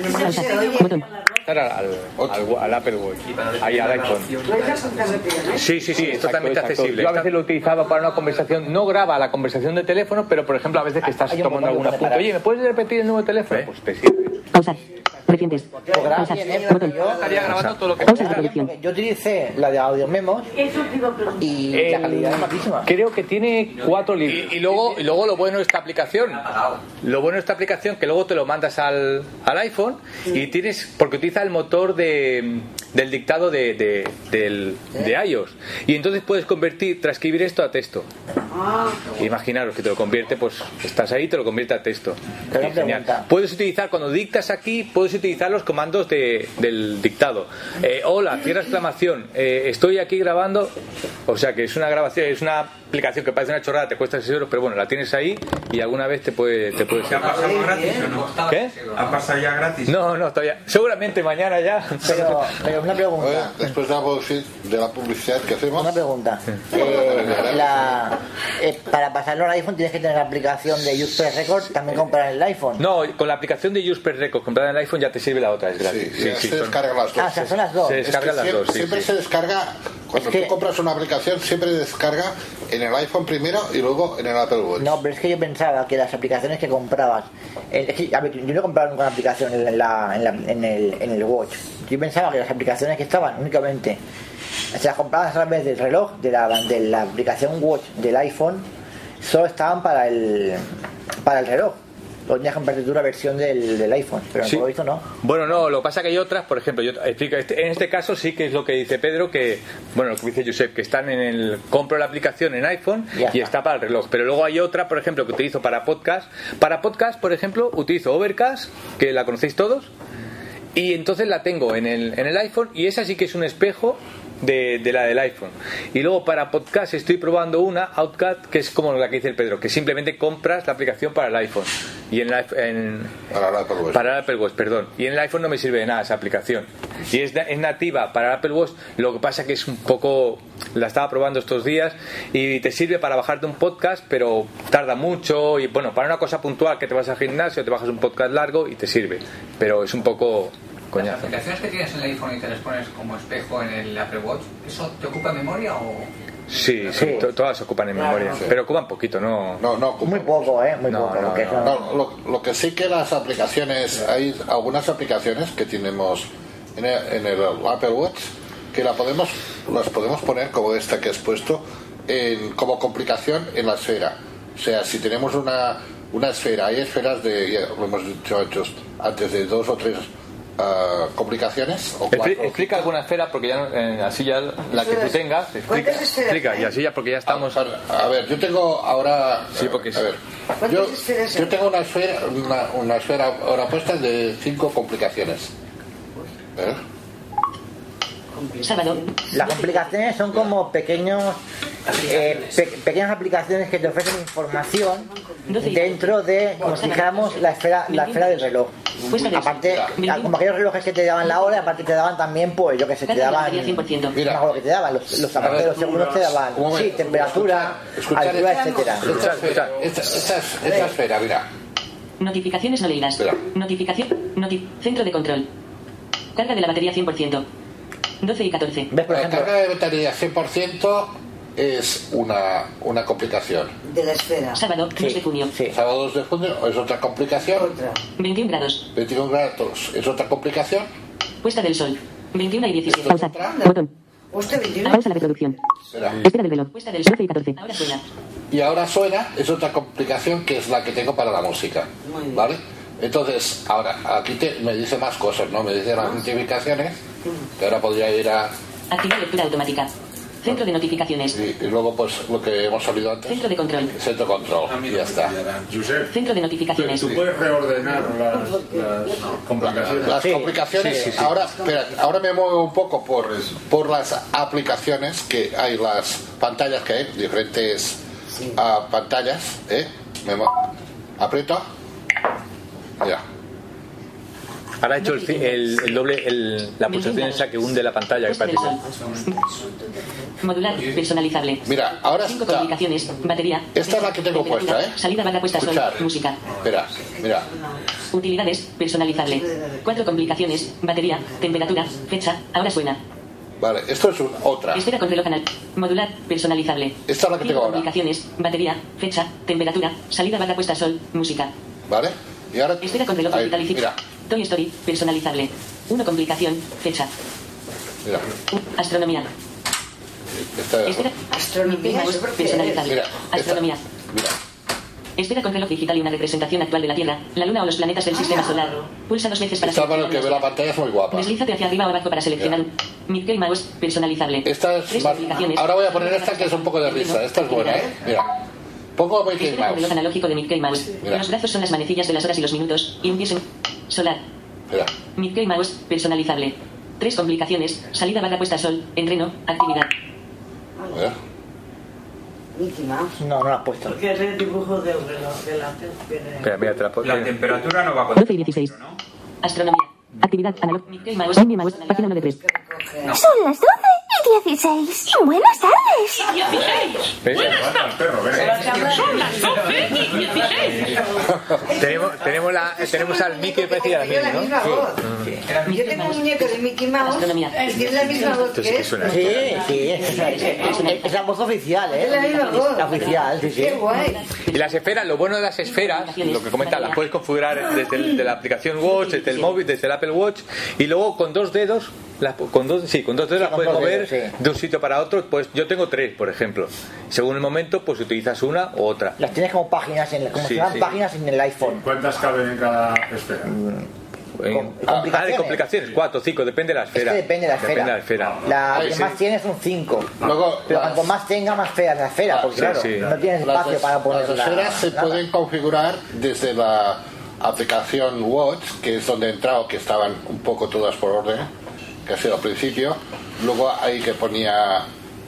Al Apple Watch. Ahí al iPhone. Sí, es totalmente accesible. Yo a veces lo he utilizado para una conversación. No graba la conversación de teléfono, pero por ejemplo a veces que estás tomando algún apunte. Oye, ¿me puedes repetir el número de teléfono? Pues te sirve. Pausar. Recientes. Pausar. Botón. Estaría grabando todo lo que yo utilicé la de audio memos y la calidad es matísima. Creo que tiene 4 libros. Y luego lo bueno de esta aplicación. Lo bueno de esta aplicación que luego te lo mandas al iPhone y tienes, porque utiliza el motor del dictado de iOS, y entonces puedes transcribir esto a texto. Imaginaros que te lo convierte, pues estás ahí, te lo convierte a texto. Genial. Puedes utilizar, cuando dictas aquí, puedes utilizar los comandos del dictado. Hola, cierra exclamación, estoy aquí grabando. O sea que es una grabación, es una aplicación que parece una chorrada, te cuesta 6 euros, pero bueno, la tienes ahí y alguna vez te puede ¿Se ha pasado gratis o no? ¿Qué? ¿Ha pasado ya gratis? No, todavía. Seguramente mañana ya. Pero una pregunta. Después de la publicidad que hacemos. Una pregunta. Para pasarlo al iPhone tienes que tener la aplicación de Use Record, también comprar el iPhone. No, con la aplicación de Use Record comprada en el iPhone ya te sirve la otra, es gratis. Se descargan las dos. O sea, son las dos. Se descargan las dos. Siempre se descarga. Cuando tú compras una aplicación, siempre descarga en el iPhone primero y luego en el Apple Watch. No, pero es que yo pensaba que las aplicaciones que comprabas, a ver, yo no he comprado ninguna aplicación en el Watch. Yo pensaba que las aplicaciones que estaban únicamente se las comprabas a través del reloj de la aplicación Watch del iPhone, solo estaban para el reloj. Lo tenías que comprarte tú la versión del iPhone, pero sí. Por lo visto no. Bueno, no, lo que pasa que hay otras, por ejemplo, yo explico, en este caso sí que es lo que dice Pedro, que, bueno, lo que dice Josep, que están compro la aplicación en iPhone y está para el reloj, pero luego hay otra, por ejemplo, que utilizo para podcast. Para podcast, por ejemplo, utilizo Overcast, que la conocéis todos, y entonces la tengo en el iPhone, y esa sí que es un espejo de la del iPhone. Y luego para podcast estoy probando una Outcat, que es como la que dice el Pedro, que simplemente compras la aplicación para el iPhone y para el Apple Watch, perdón. Y en el iPhone no me sirve de nada esa aplicación, y es nativa para el Apple Watch. Lo que pasa que es un poco, la estaba probando estos días, y te sirve para bajarte un podcast, pero tarda mucho, y bueno, para una cosa puntual, que te vas al gimnasio, te bajas un podcast largo y te sirve, pero es un poco coñazo. Las aplicaciones que tienes en el iPhone y te las pones como espejo en el Apple Watch, ¿eso te ocupa memoria o...? Sí, todas ocupan en memoria, pero ocupan poquito, no muy poco, muy poco. Lo que sí que las aplicaciones, hay algunas aplicaciones que tenemos en el Apple Watch que las podemos poner como esta que has puesto como complicación en la esfera. O sea, si tenemos una esfera, hay esferas ya lo hemos dicho antes, de 2 o 3 complicaciones o 4. Explica alguna esfera, porque ya así ya la que tú tengas explica, y así ya, porque ya estamos a ver, yo tengo ahora yo tengo una esfera ahora puesta de 5 complicaciones. Salvador. Las complicaciones son como pequeñas aplicaciones que te ofrecen información dentro de, como si dijéramos, la esfera del reloj. Aparte, como aquellos relojes que te daban la hora, aparte te daban también, pues yo que sé, te daban, mira, lo que te daban, los aparte de los segundos te daban, sí, temperatura, altura, etcétera. Esta esfera, mira. Notificaciones no leídas. Notificación, centro de control. Carga de la batería 100%. 12 y 14. La carga de batería 100% es una complicación. De la esfera. Sábado 2 de junio. Sábado 2 de junio es otra complicación. 21 grados. 21 grados es otra complicación. Puesta del sol. 21 y 17. Pausa. Botón. Usted 21. Pausa la reproducción. Espera del reloj. Puesta del sol 12 y 14. Ahora suena. Y ahora suena es otra complicación que es la que tengo para la música. ¿Vale? Entonces, ahora, aquí me dice más cosas, ¿no? Me dice las notificaciones, que ahora podría ir a... Activar lectura automática. Centro de notificaciones. Y luego, pues, lo que hemos salido antes. Centro de control. Centro de control. Y ya está. Josep, Centro de notificaciones. ¿tú puedes reordenar las complicaciones? Las complicaciones. Sí. Ahora, espera, ahora me muevo un poco por las aplicaciones que hay, las pantallas que hay, diferentes pantallas. Aprieto. Ya. Ahora ha hecho el doble, la pulsación esa que hunde la pantalla. Que parece. Modular, personalizable. Mira, ahora 5 está. complicaciones, batería. Esta es la que tengo puesta, Salida barra puesta sol, Escuchar. música. Espera, mira. Utilidades, personalizable. 4 complicaciones, batería, temperatura, fecha, ahora suena. Vale, esto es otra. Espera con reloj anal. Modular, personalizable. Esta es la que 5 tengo ahora. complicaciones, batería, fecha, temperatura, salida barra puesta sol, música. ¿Vale? Y ahora. Espera con reloj ahí, digital y mira, Toy Story, personalizable. 1 complicación, fecha. mira. Astronomía. Esta es. Espera. Astronomía, Mouse, ¿eso por qué personalizable. Mira, Astronomía. Mira. Espera con reloj digital y una representación actual de la Tierra, la Luna o los planetas del sistema solar. Pulsa 2 veces para Esta, para el seleccionar que ve la pantalla, es muy guapa. Deslízate hacia arriba o abajo para seleccionar Mickey Mouse, personalizable. Esta es 3 más. complicaciones. Ahora voy a poner esta que es un poco de risa. Esta es buena, ¿eh? Mira. Pongo Mickey Espera con reloj Mouse. analógico de Mickey Mouse. Mira. Los brazos son las manecillas de las horas y los minutos, y un pie en solar. Espera. Mickey Mouse, personalizable. 3 complicaciones, salida barra puesta sol, entreno, actividad. A ver. Mickey Mouse. No la has puesto. Porque es el dibujo del reloj de la Espera, mira, te la pongo. La temperatura no va con 12 y 16. Astronomía. Actividad analógica. Mickey Mouse, Minnie Mouse, página 1 de 3. Son las 12 y 16. Buenas tardes. ¿Ves? Son las 12 y 16. Tenemos al Mickey que parecía la la misma, misma ¿no? voz. Yo tengo un muñeco de Mickey Mouse y tiene la misma voz que suena. Sí, es la voz oficial, ¿eh? Es la misma voz. La oficial, sí. Qué guay. Y las esferas, lo bueno de las esferas, lo que comentan, las puedes configurar desde de la aplicación Watch, desde el móvil, desde el Apple Watch, y luego con 2 dedos, con dos dedos las puedes mover de un sitio para otro. Pues yo tengo 3, por ejemplo. Según el momento, pues utilizas una u otra. Las tienes como páginas, como si fueran páginas en el iPhone. ¿Cuántas caben en cada esfera? De complicaciones, 4 o 5, depende de la esfera. Es que depende de la esfera. La que más tienes son 5. Pero cuanto más tenga, más fea es la esfera, porque claro, no tienes espacio para poner las esferas se pueden configurar desde la aplicación Watch, que es donde he entrado, que estaban un poco todas por orden, que ha sido al principio. Luego ahí que ponía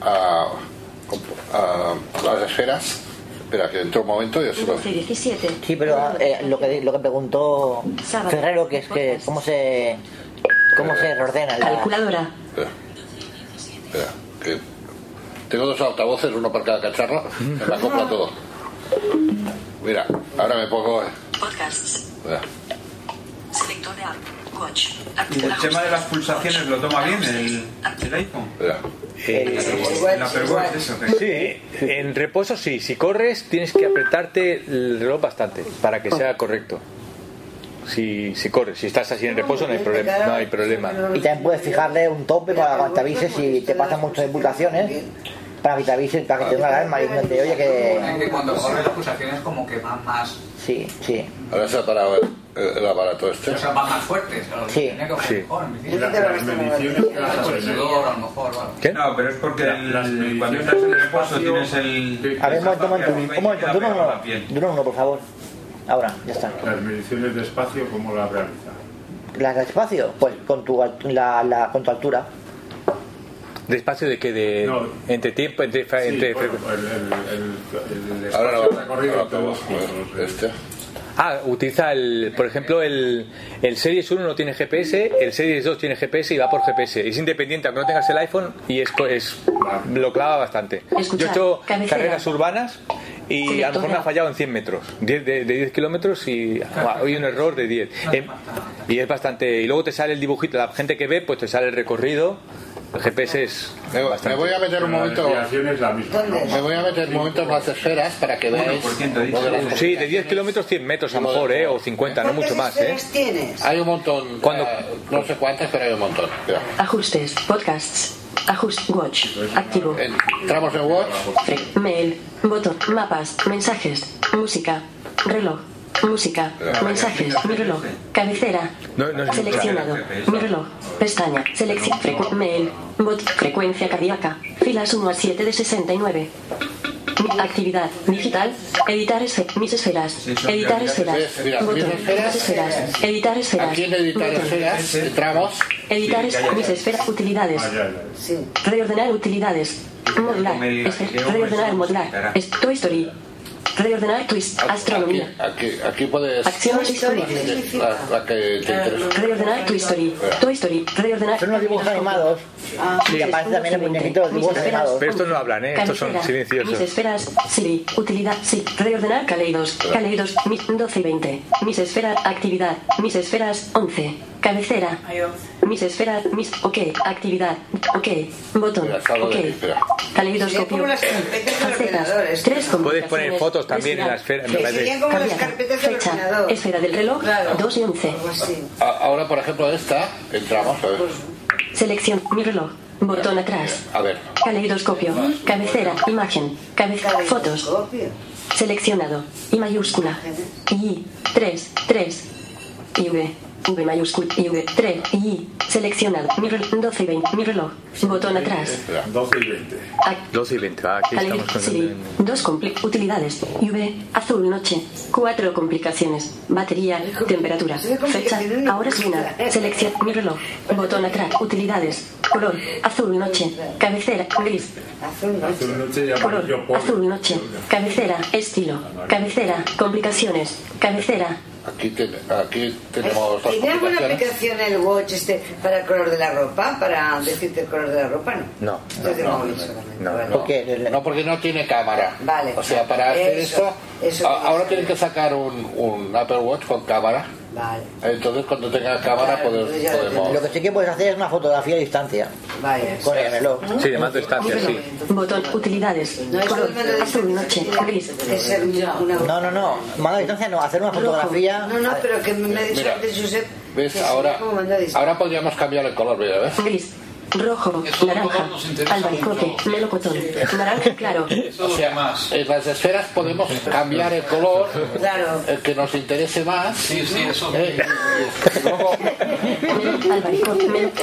las esferas. Espera, que dentro un momento y así lo... 17. Sí, pero lo que preguntó Ferrero, que es que cómo se reordena la calculadora. Espera, que tengo 2 altavoces, uno para cada cacharro, me la acopla todo. Mira, ahora me pongo... Podcasts. Espera. Selector de app. Watch. ¿Y el tema de las pulsaciones lo toma bien el iPhone? Espera. El Apple Watch, eso. Sí, en reposo sí. Si corres tienes que apretarte el reloj bastante para que sea correcto. Si corres, si estás así en reposo no hay problema. Y también puedes fijarle un tope para que te avise si te pasan muchas pulsaciones, para que te avise, para que te dé una alarma diciéndote, oye, que cuando corres las pulsaciones como que van más... Sí. Ahora se ha parado el aparato este. O sea, van más fuertes. Sí. Las mediciones que vas a hacer. A lo mejor, ¿vale? ¿Qué? No, pero es porque cuando estás en reposo tienes el... A ver, un momento, dura uno, por favor. Ahora, ya está. Las mediciones de espacio, ¿cómo las realizas? ¿Las de espacio? Pues con tu altura. ¿De espacio de qué? Entre tiempo, entre el espacio recorrido todos este. Utiliza por ejemplo el Series 1 no tiene GPS, el Series 2 tiene GPS y va por GPS. Es independiente aunque no tengas el iPhone y lo clava bastante. Yo he hecho carreras urbanas y a lo mejor me ha fallado en 100 metros, de 10 kilómetros y hay un error de 10. Y es bastante. Y luego te sale el dibujito, la gente que ve, pues te sale el recorrido. El GPS es bastante. Me voy a meter un momento. Me voy a meter un momento en las esferas para que veáis. Sí, de 10 kilómetros 100 metros a lo mejor, o 50, no mucho más. Tienes? Hay un montón. No sé cuántas, pero hay un montón. Ajustes, podcasts, Watch, activo. Entramos en Watch. Mail, botón, mapas, mensajes, música, reloj. Música, mensajes, mi reloj, cabecera, seleccionado, mi reloj, pestaña, selección, mail, bot, frecuencia cardíaca, Filas 1 a 7 de 69. Actividad digital. Editar mis esferas. Editar esferas. Botón. Mis esferas. Editar esferas. Aquí en editar esferas entramos. Editar mis esferas. Utilidades. Reordenar utilidades. Modular. Reordenar modular. Toy Story. Reordenar twist. Astronomía. Aquí puedes. Acciones históricas. La que te interesa. Reordenar Toy Story. Toy Story. Reordenar. Son los dibujos animados. Y aparte también el muñequito de los dibujos animados. Pero estos no hablan, estos son silenciosos. Mis esferas. Siri. Utilidad. Sí. Reordenar Kaleidos. Kaleidos. 12 y 20. Mis esferas. Actividad. Mis esferas. 11. Cabecera. Mis esferas. OK. Actividad. OK. Botón. OK. Caleidoscopio. Facetas. 3 comunicaciones. Puedes poner fotos también en la esfera. Serían como las carpetas del ordenador. Esfera del reloj. 2 y 11. Ahora, por ejemplo, esta. Entramos, a ver. Selección. Mi reloj. Botón atrás. A ver. Caleidoscopio. Cabecera. Imagen. Fotos. Seleccionado. I mayúscula. I. 3. Y V. V mayúscula. Y V. 3. I. Seleccionado. 12 y 20. Mi reloj. Botón atrás. 12 y 20. 12 y 20. Aquí estamos con Siri. 2 utilidades. UV. Azul noche. 4 complicaciones. Batería. Temperatura. Fecha. Ahora suena. Selección. Mi reloj. Botón atrás. Utilidades. Color. Azul noche. Cabecera. Gris. Azul noche y Color. amarillo pollo. Azul noche. Cabecera. Estilo. Cabecera. Complicaciones. Cabecera. Aquí tenemos. ¿Tiene alguna aplicación el watch para el color de la ropa? ¿Para decirte el color de la ropa? No. No, porque no tiene cámara. Vale. O sea, para hacer eso ahora tienen que sacar un Apple Watch con cámara. Vale. Entonces, cuando tenga cámara, podemos. Lo que sí que puedes hacer es una fotografía a distancia. Vale. Con el reloj. Sí, de mando distancia, sí. Botón. Utilidades. Color. Azul noche. Gris. No. Mando a distancia no. Hacer una fotografía. No, pero que me ha dicho antes Josep. ¿Ves? Ahora podríamos cambiar el color, ¿ves? Gris. Rojo, naranja, albaricoque, melocotón, naranja claro. O sea, en las esferas podemos cambiar el color, el que nos interese más. Sí, eso. Luego... albaricoque,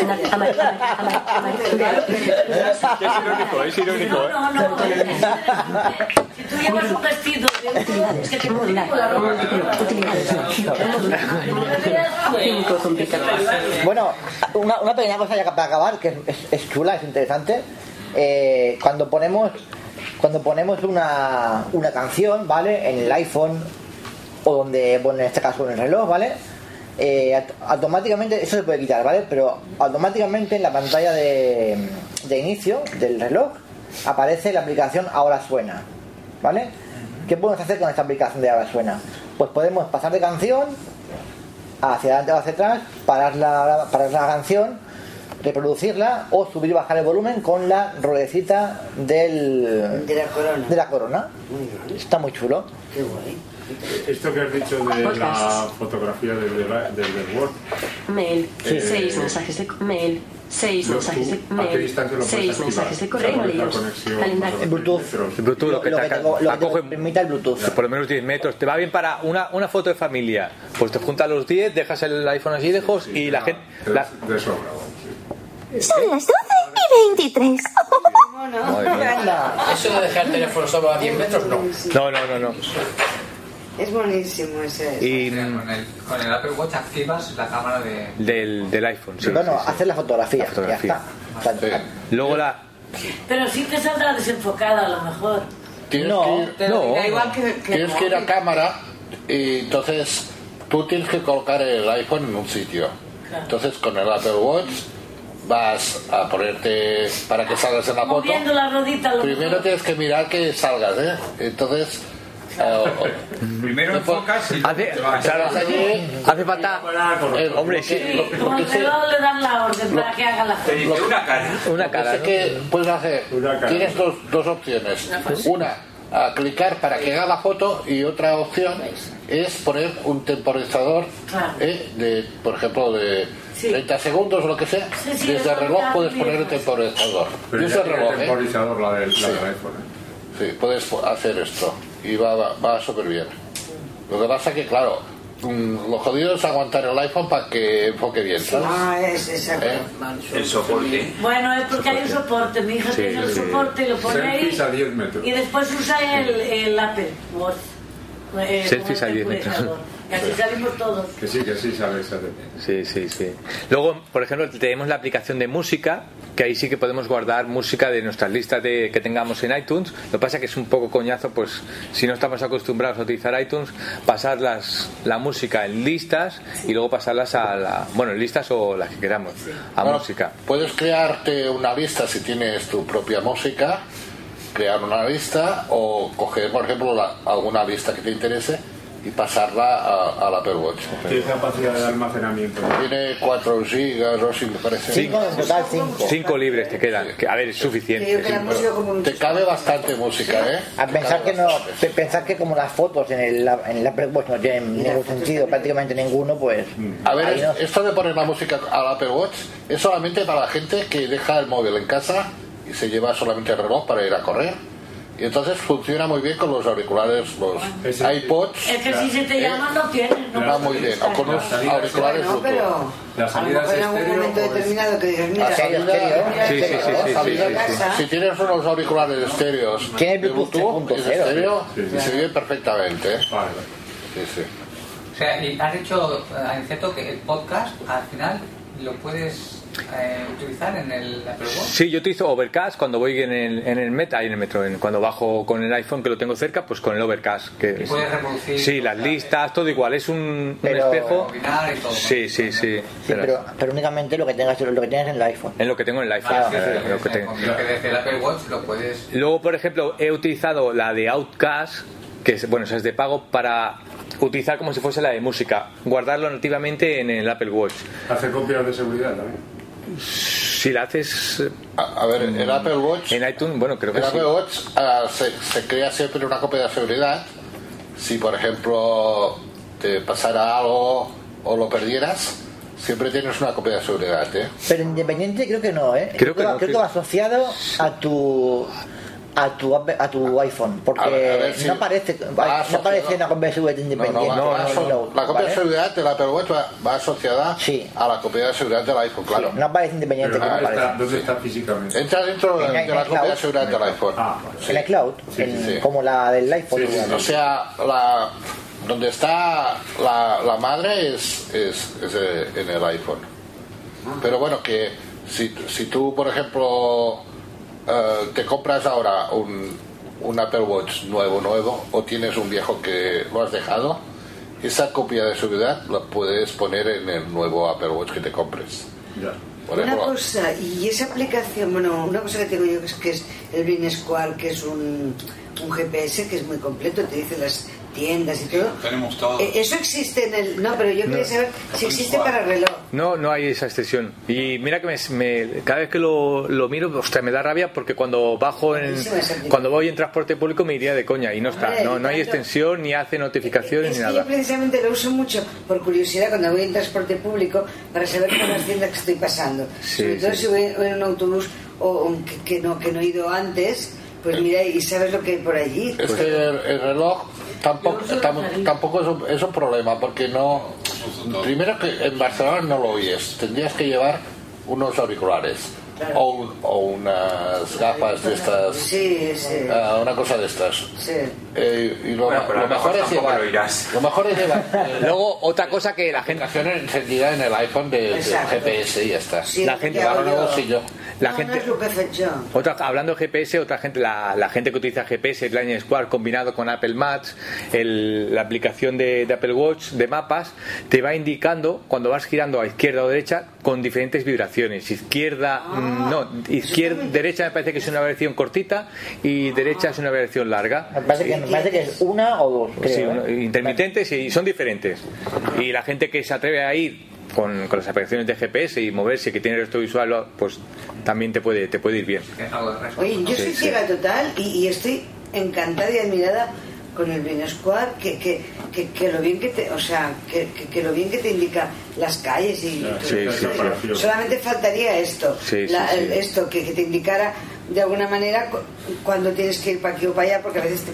Es irónico, No. Si tú llevas un vestido de utilidades, que te utilidades. 5 complicaciones. Bueno, una pequeña cosa ya para acabar, que es chula, es interesante. Cuando ponemos una canción, ¿vale? En el iPhone o donde, bueno, en este caso en el reloj, ¿vale? Automáticamente, eso se puede quitar, ¿vale? Pero automáticamente en la pantalla de inicio del reloj aparece la aplicación Ahora Suena, ¿vale? ¿Qué podemos hacer con esta aplicación de Ahora Suena? Pues podemos pasar de canción hacia adelante o hacia atrás, parar la canción, reproducirla o subir y bajar el volumen con la ruedecita de la corona. Está muy chulo. Qué guay. Esto que has dicho de la fotografía del Word. Mail. 6 mensajes de mail. 6 mensajes de mail. 6 mensajes de correo leídos. Calendario. Bluetooth, lo que te permite el Bluetooth. Por lo menos 10 metros. Te va bien para una foto de familia. Pues te juntas los 10, dejas el iPhone así lejos y la gente. De sobra. Son las 12 y 23. Eso de dejar el teléfono solo a 10 metros, no. No. Es buenísimo ese. Y con el Apple Watch activas la cámara del iPhone. Sí, bueno, hacer la fotografía. Ya está. Luego Pero sí te saldrá desenfocada a lo mejor. Tienes que ir a cámara y entonces tú tienes que colocar el iPhone en un sitio. Claro. Entonces con el Apple Watch vas a ponerte para que salgas en la foto. Moviendo la rodita. Primero tienes que mirar que salgas, Entonces primero enfocas y hace falta hombre, sí, como el reloj le dan la orden para que haga la foto. Una cara, ¿no? Que puedes hacer, tienes dos opciones. Una, clicar para que haga la foto, y otra opción es poner un temporizador, de, por ejemplo, de 30 segundos o lo que sea. Desde el reloj puedes poner el temporizador. Pero Yo uso el reloj, el temporizador, la del iPhone. Sí, puedes hacer esto y va súper bien. Lo que pasa es que, claro, lo jodido es aguantar el iPhone para que enfoque bien, ¿sabes? Ah, es exacto. El soporte. Bueno, es porque hay un soporte. Mi hija tiene el soporte y lo pone ahí. Selfies a 10 metros. Y después usa el Apple Watch. Selfies a 10 metros. Así salimos todos. Que sí sale. Sí. Luego, por ejemplo, tenemos la aplicación de música, que ahí sí que podemos guardar música de nuestras listas que tengamos en iTunes. Lo que pasa es que es un poco coñazo, pues si no estamos acostumbrados a utilizar iTunes, pasar la música en listas y luego pasarlas en listas o las que queramos, música. Puedes crearte una lista si tienes tu propia música, crear una lista o coger, por ejemplo, alguna lista que te interese y pasarla al Apple Watch. ¿Qué capacidad de almacenamiento? Tiene 4 gigas o si me parece. 5 en total, 5. 5 libres te quedan. A ver, es suficiente. Te cabe bastante música, ¿eh? A pensar que como las fotos en el Apple Watch no tienen ningún sentido, prácticamente ninguno, pues. A ver, esto de poner la música al Apple Watch es solamente para la gente que deja el móvil en casa y se lleva solamente el reloj para ir a correr. Y entonces funciona muy bien con los auriculares, los iPods. Es que si se te llama no tienes. Va muy bien, o con unos auriculares Bluetooth. Pero las salidas en algún momento determinado que digas, mira, si tienes unos auriculares estéreos de Bluetooth, es estéreo y se oye perfectamente. Vale. Sí. O sea, y has dicho, Aniceto, que el podcast al final lo puedes utilizar en el Apple Watch. Sí, yo utilizo Overcast cuando voy en el metro, cuando bajo con el iPhone que lo tengo cerca, pues con el Overcast. Y puedes reproducir. Sí, las listas, todo igual, es un espejo. Y todo. Sí. Pero únicamente lo que tienes en el iPhone. En lo que tengo en el iPhone. Lo que desde el Apple Watch lo puedes. Luego, por ejemplo, he utilizado la de Outcast, que es de pago, para utilizar como si fuese la de música, guardarlo nativamente en el Apple Watch. ¿Hace copias de seguridad también? Si la haces a ver, el Apple Watch en iTunes, bueno, creo que el sí. Apple Watch se crea siempre una copia de seguridad. Si por ejemplo te pasara algo o lo perdieras, siempre tienes una copia de seguridad, ¿eh? Pero independiente creo que no, creo que va asociado a tu iPhone, porque no aparece una copia de seguridad independiente. La copia de seguridad del Apple Watch va asociada a la copia de seguridad del iPhone, claro. No aparece independiente. ¿Dónde está físicamente? Entra dentro de la copia de seguridad del iPhone. En el cloud, como la del iPhone. O sea, donde está la madre es en el iPhone. Pero bueno, que si tú, por ejemplo, te compras ahora un Apple Watch nuevo o tienes un viejo que lo has dejado, esa copia de seguridad la puedes poner en el nuevo Apple Watch que te compres. Una cosa, y esa aplicación, una cosa que tengo yo que es el Brain Square, que es un GPS que es muy completo, te dice las tiendas y todo. Tenemos todo. Eso existe en el. No, pero yo quería saber si existe para el reloj. No hay esa extensión. Y mira que cada vez que lo miro, ostras, me da rabia porque cuando cuando voy en transporte público me iría de coña y no está. No hay extensión, ni hace notificaciones ni nada. Yo precisamente lo uso mucho por curiosidad cuando voy en transporte público para saber con las tiendas que estoy pasando. Sobre todo si voy en un autobús o que no he ido antes. Pues mira, y sabes lo que hay por allí. Es que el reloj tampoco es un problema, porque primero que en Barcelona no lo oyes, tendrías que llevar unos auriculares o unas gafas de estas, una cosa de estas. Y lo mejor es llevar. Luego otra cosa que la gente encendida en el iPhone del GPS y ya está. La gente hablando de GPS, la gente que utiliza GPS, Brain Square combinado con Apple Maps, la aplicación de Apple Watch de mapas, te va indicando cuando vas girando a izquierda o derecha con diferentes vibraciones. Derecha me parece que es una versión cortita y derecha es una versión larga. Me parece que es una o dos, creo. Intermitentes y son diferentes. Y la gente que se atreve a ir con las aplicaciones de GPS y moverse, que tiene resto visual, pues también te puede ir bien. Oye, yo soy ciega total y estoy encantada y admirada con el Brain Square, que lo bien que lo bien que te indica las calles y solamente faltaría esto, esto que te indicara de alguna manera cuando tienes que ir para aquí o para allá, porque a veces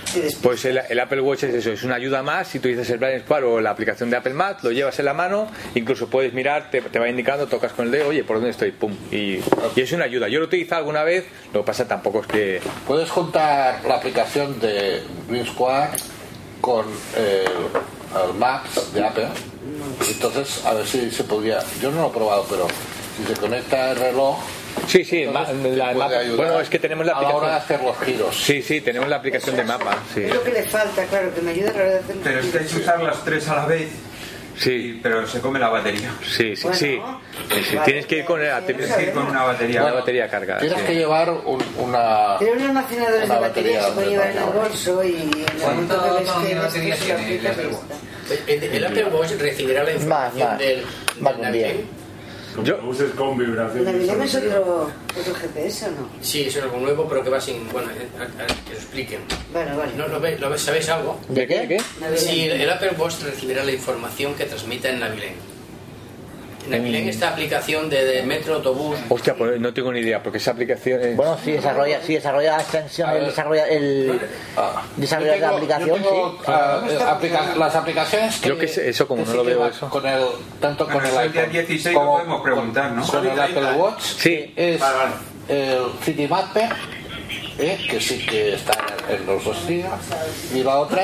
Pues el Apple Watch es eso, es una ayuda más. Si tú dices el Blind Square o la aplicación de Apple Maps, lo llevas en la mano, incluso puedes mirar, te va indicando, tocas con el dedo, oye, ¿por dónde estoy? Pum. Y es una ayuda. Yo lo he utilizado alguna vez, lo que pasa tampoco es que... Puedes juntar la aplicación de Blind Square con el Maps de Apple. Entonces, a ver si se podría... Yo no lo he probado, pero si se conecta el reloj... Sí, bueno, es que tenemos la aplicación. Ahora hacer los giros. Sí, tenemos la aplicación de mapa. Sí. Es lo que le falta, claro, que me ayude a la hora de hacer. Pero es que hay que usar las tres a la vez. Sí, pero se come la batería. Sí. Vale. Tienes que ir con una batería. Una batería cargada. Tienes que llevar una. Pero un almacenador de batería se puede llevar en el bolso y en el momento que ves que el Apple Watch recibirá la información del Navigator. Yo uses con vibración. ¿La Navigator es otro GPS o no? Sí, es algo nuevo, pero que va sin... Bueno, que lo expliquen. Vale. ¿No ¿Sabéis algo? ¿De qué? Sí, el Apple Watch recibirá la información que transmite en Navilen. Navilen, esta aplicación de metro, autobús... Hostia, pues no tengo ni idea, porque esa aplicación es... Bueno, sí desarrolla la extensión, desarrolla la aplicación, las aplicaciones que... Yo que sé, eso como no lo veo eso. Tanto con el iPhone... El día 16 lo podemos preguntar, ¿no? Con el Apple Watch sí. Es el Citymapper, que sí que está en los dos días, y la otra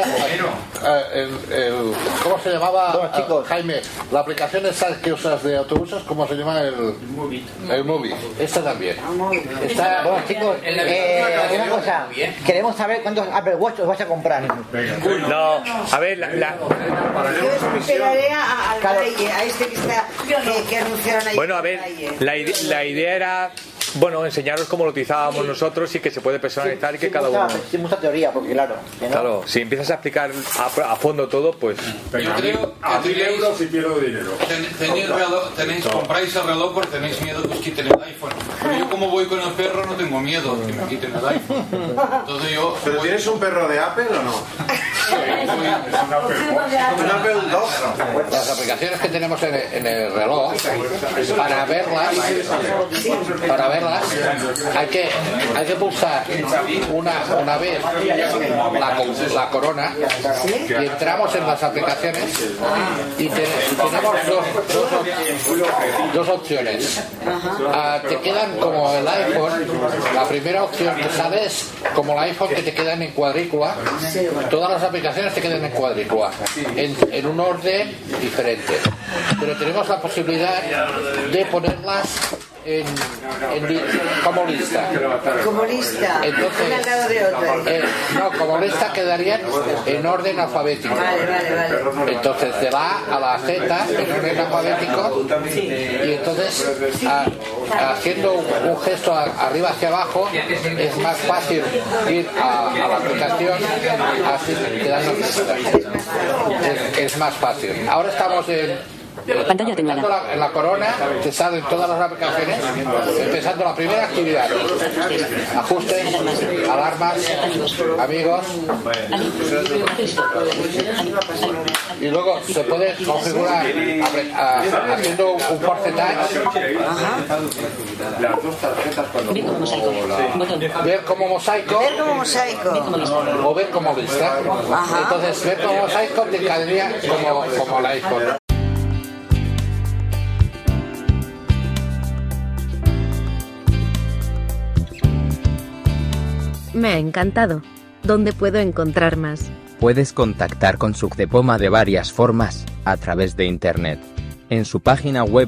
¿cómo se llamaba? Bueno, chicos, Jaime, la aplicación esa que usas de autobuses, ¿cómo se llama? El Movie. Esta también está. Bueno, chicos, una cosa, queremos saber cuántos Apple Watch os vais a comprar. No, a ver, yo esperaré al Braille, a este que está que anunciaron ahí. Bueno, a ver, la idea era, bueno, enseñaros cómo lo utilizábamos nosotros y que se puede personalizar y que cada uno... Sí, mucha teoría, porque claro... Claro, si empiezas a aplicar a fondo todo, pues... Yo creo a 1000 euros y pierdo dinero. Compráis el reloj porque tenéis miedo que os quiten el iPhone. Pero yo como voy con el perro no tengo miedo que me quiten el iPhone. Entonces yo... ¿Pero tienes un perro de Apple o no? Un Apple 2. Las aplicaciones que tenemos en el reloj, para verlas hay que pulsar una vez la corona y entramos en las aplicaciones y tenemos dos opciones. Te quedan como el iPhone. La primera opción que sale es como el iPhone, que te quedan en cuadrícula. Todas las aplicaciones te quedan en cuadrícula, en un orden diferente, pero tenemos la posibilidad de ponerlas como lista. Entonces, una al lado de otra. No, como lista quedarían en orden alfabético. Vale. Entonces de la A a la Z en orden alfabético, y entonces haciendo un gesto arriba hacia abajo es más fácil ir a la aplicación así quedando es más fácil. Ahora estamos en pantalla temblada. En la corona te salen todas las aplicaciones, empezando la primera actividad: ajustes, alarmas, amigos, y luego se puede configurar haciendo un porcentaje. Las dos tarjetas cuando ver como mosaico o ver como lista. Entonces ver como mosaico te quedaría como el iPhone. Me ha encantado. ¿Dónde puedo encontrar más? Puedes contactar con Sucdepoma de varias formas, a través de internet. En su página web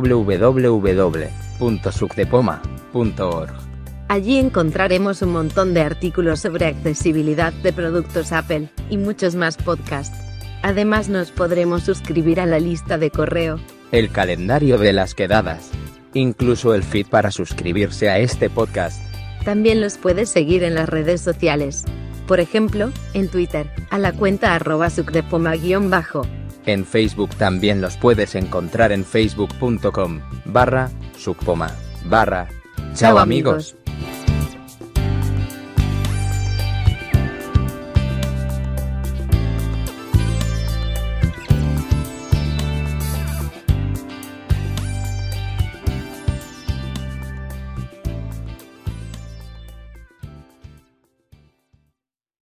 www.sucdepoma.org. Allí encontraremos un montón de artículos sobre accesibilidad de productos Apple, y muchos más podcasts. Además nos podremos suscribir a la lista de correo, el calendario de las quedadas, incluso el feed para suscribirse a este podcast. También los puedes seguir en las redes sociales. Por ejemplo, en Twitter, a la cuenta @sucdepoma_. En Facebook también los puedes encontrar en facebook.com/sucpoma/. Chao amigos.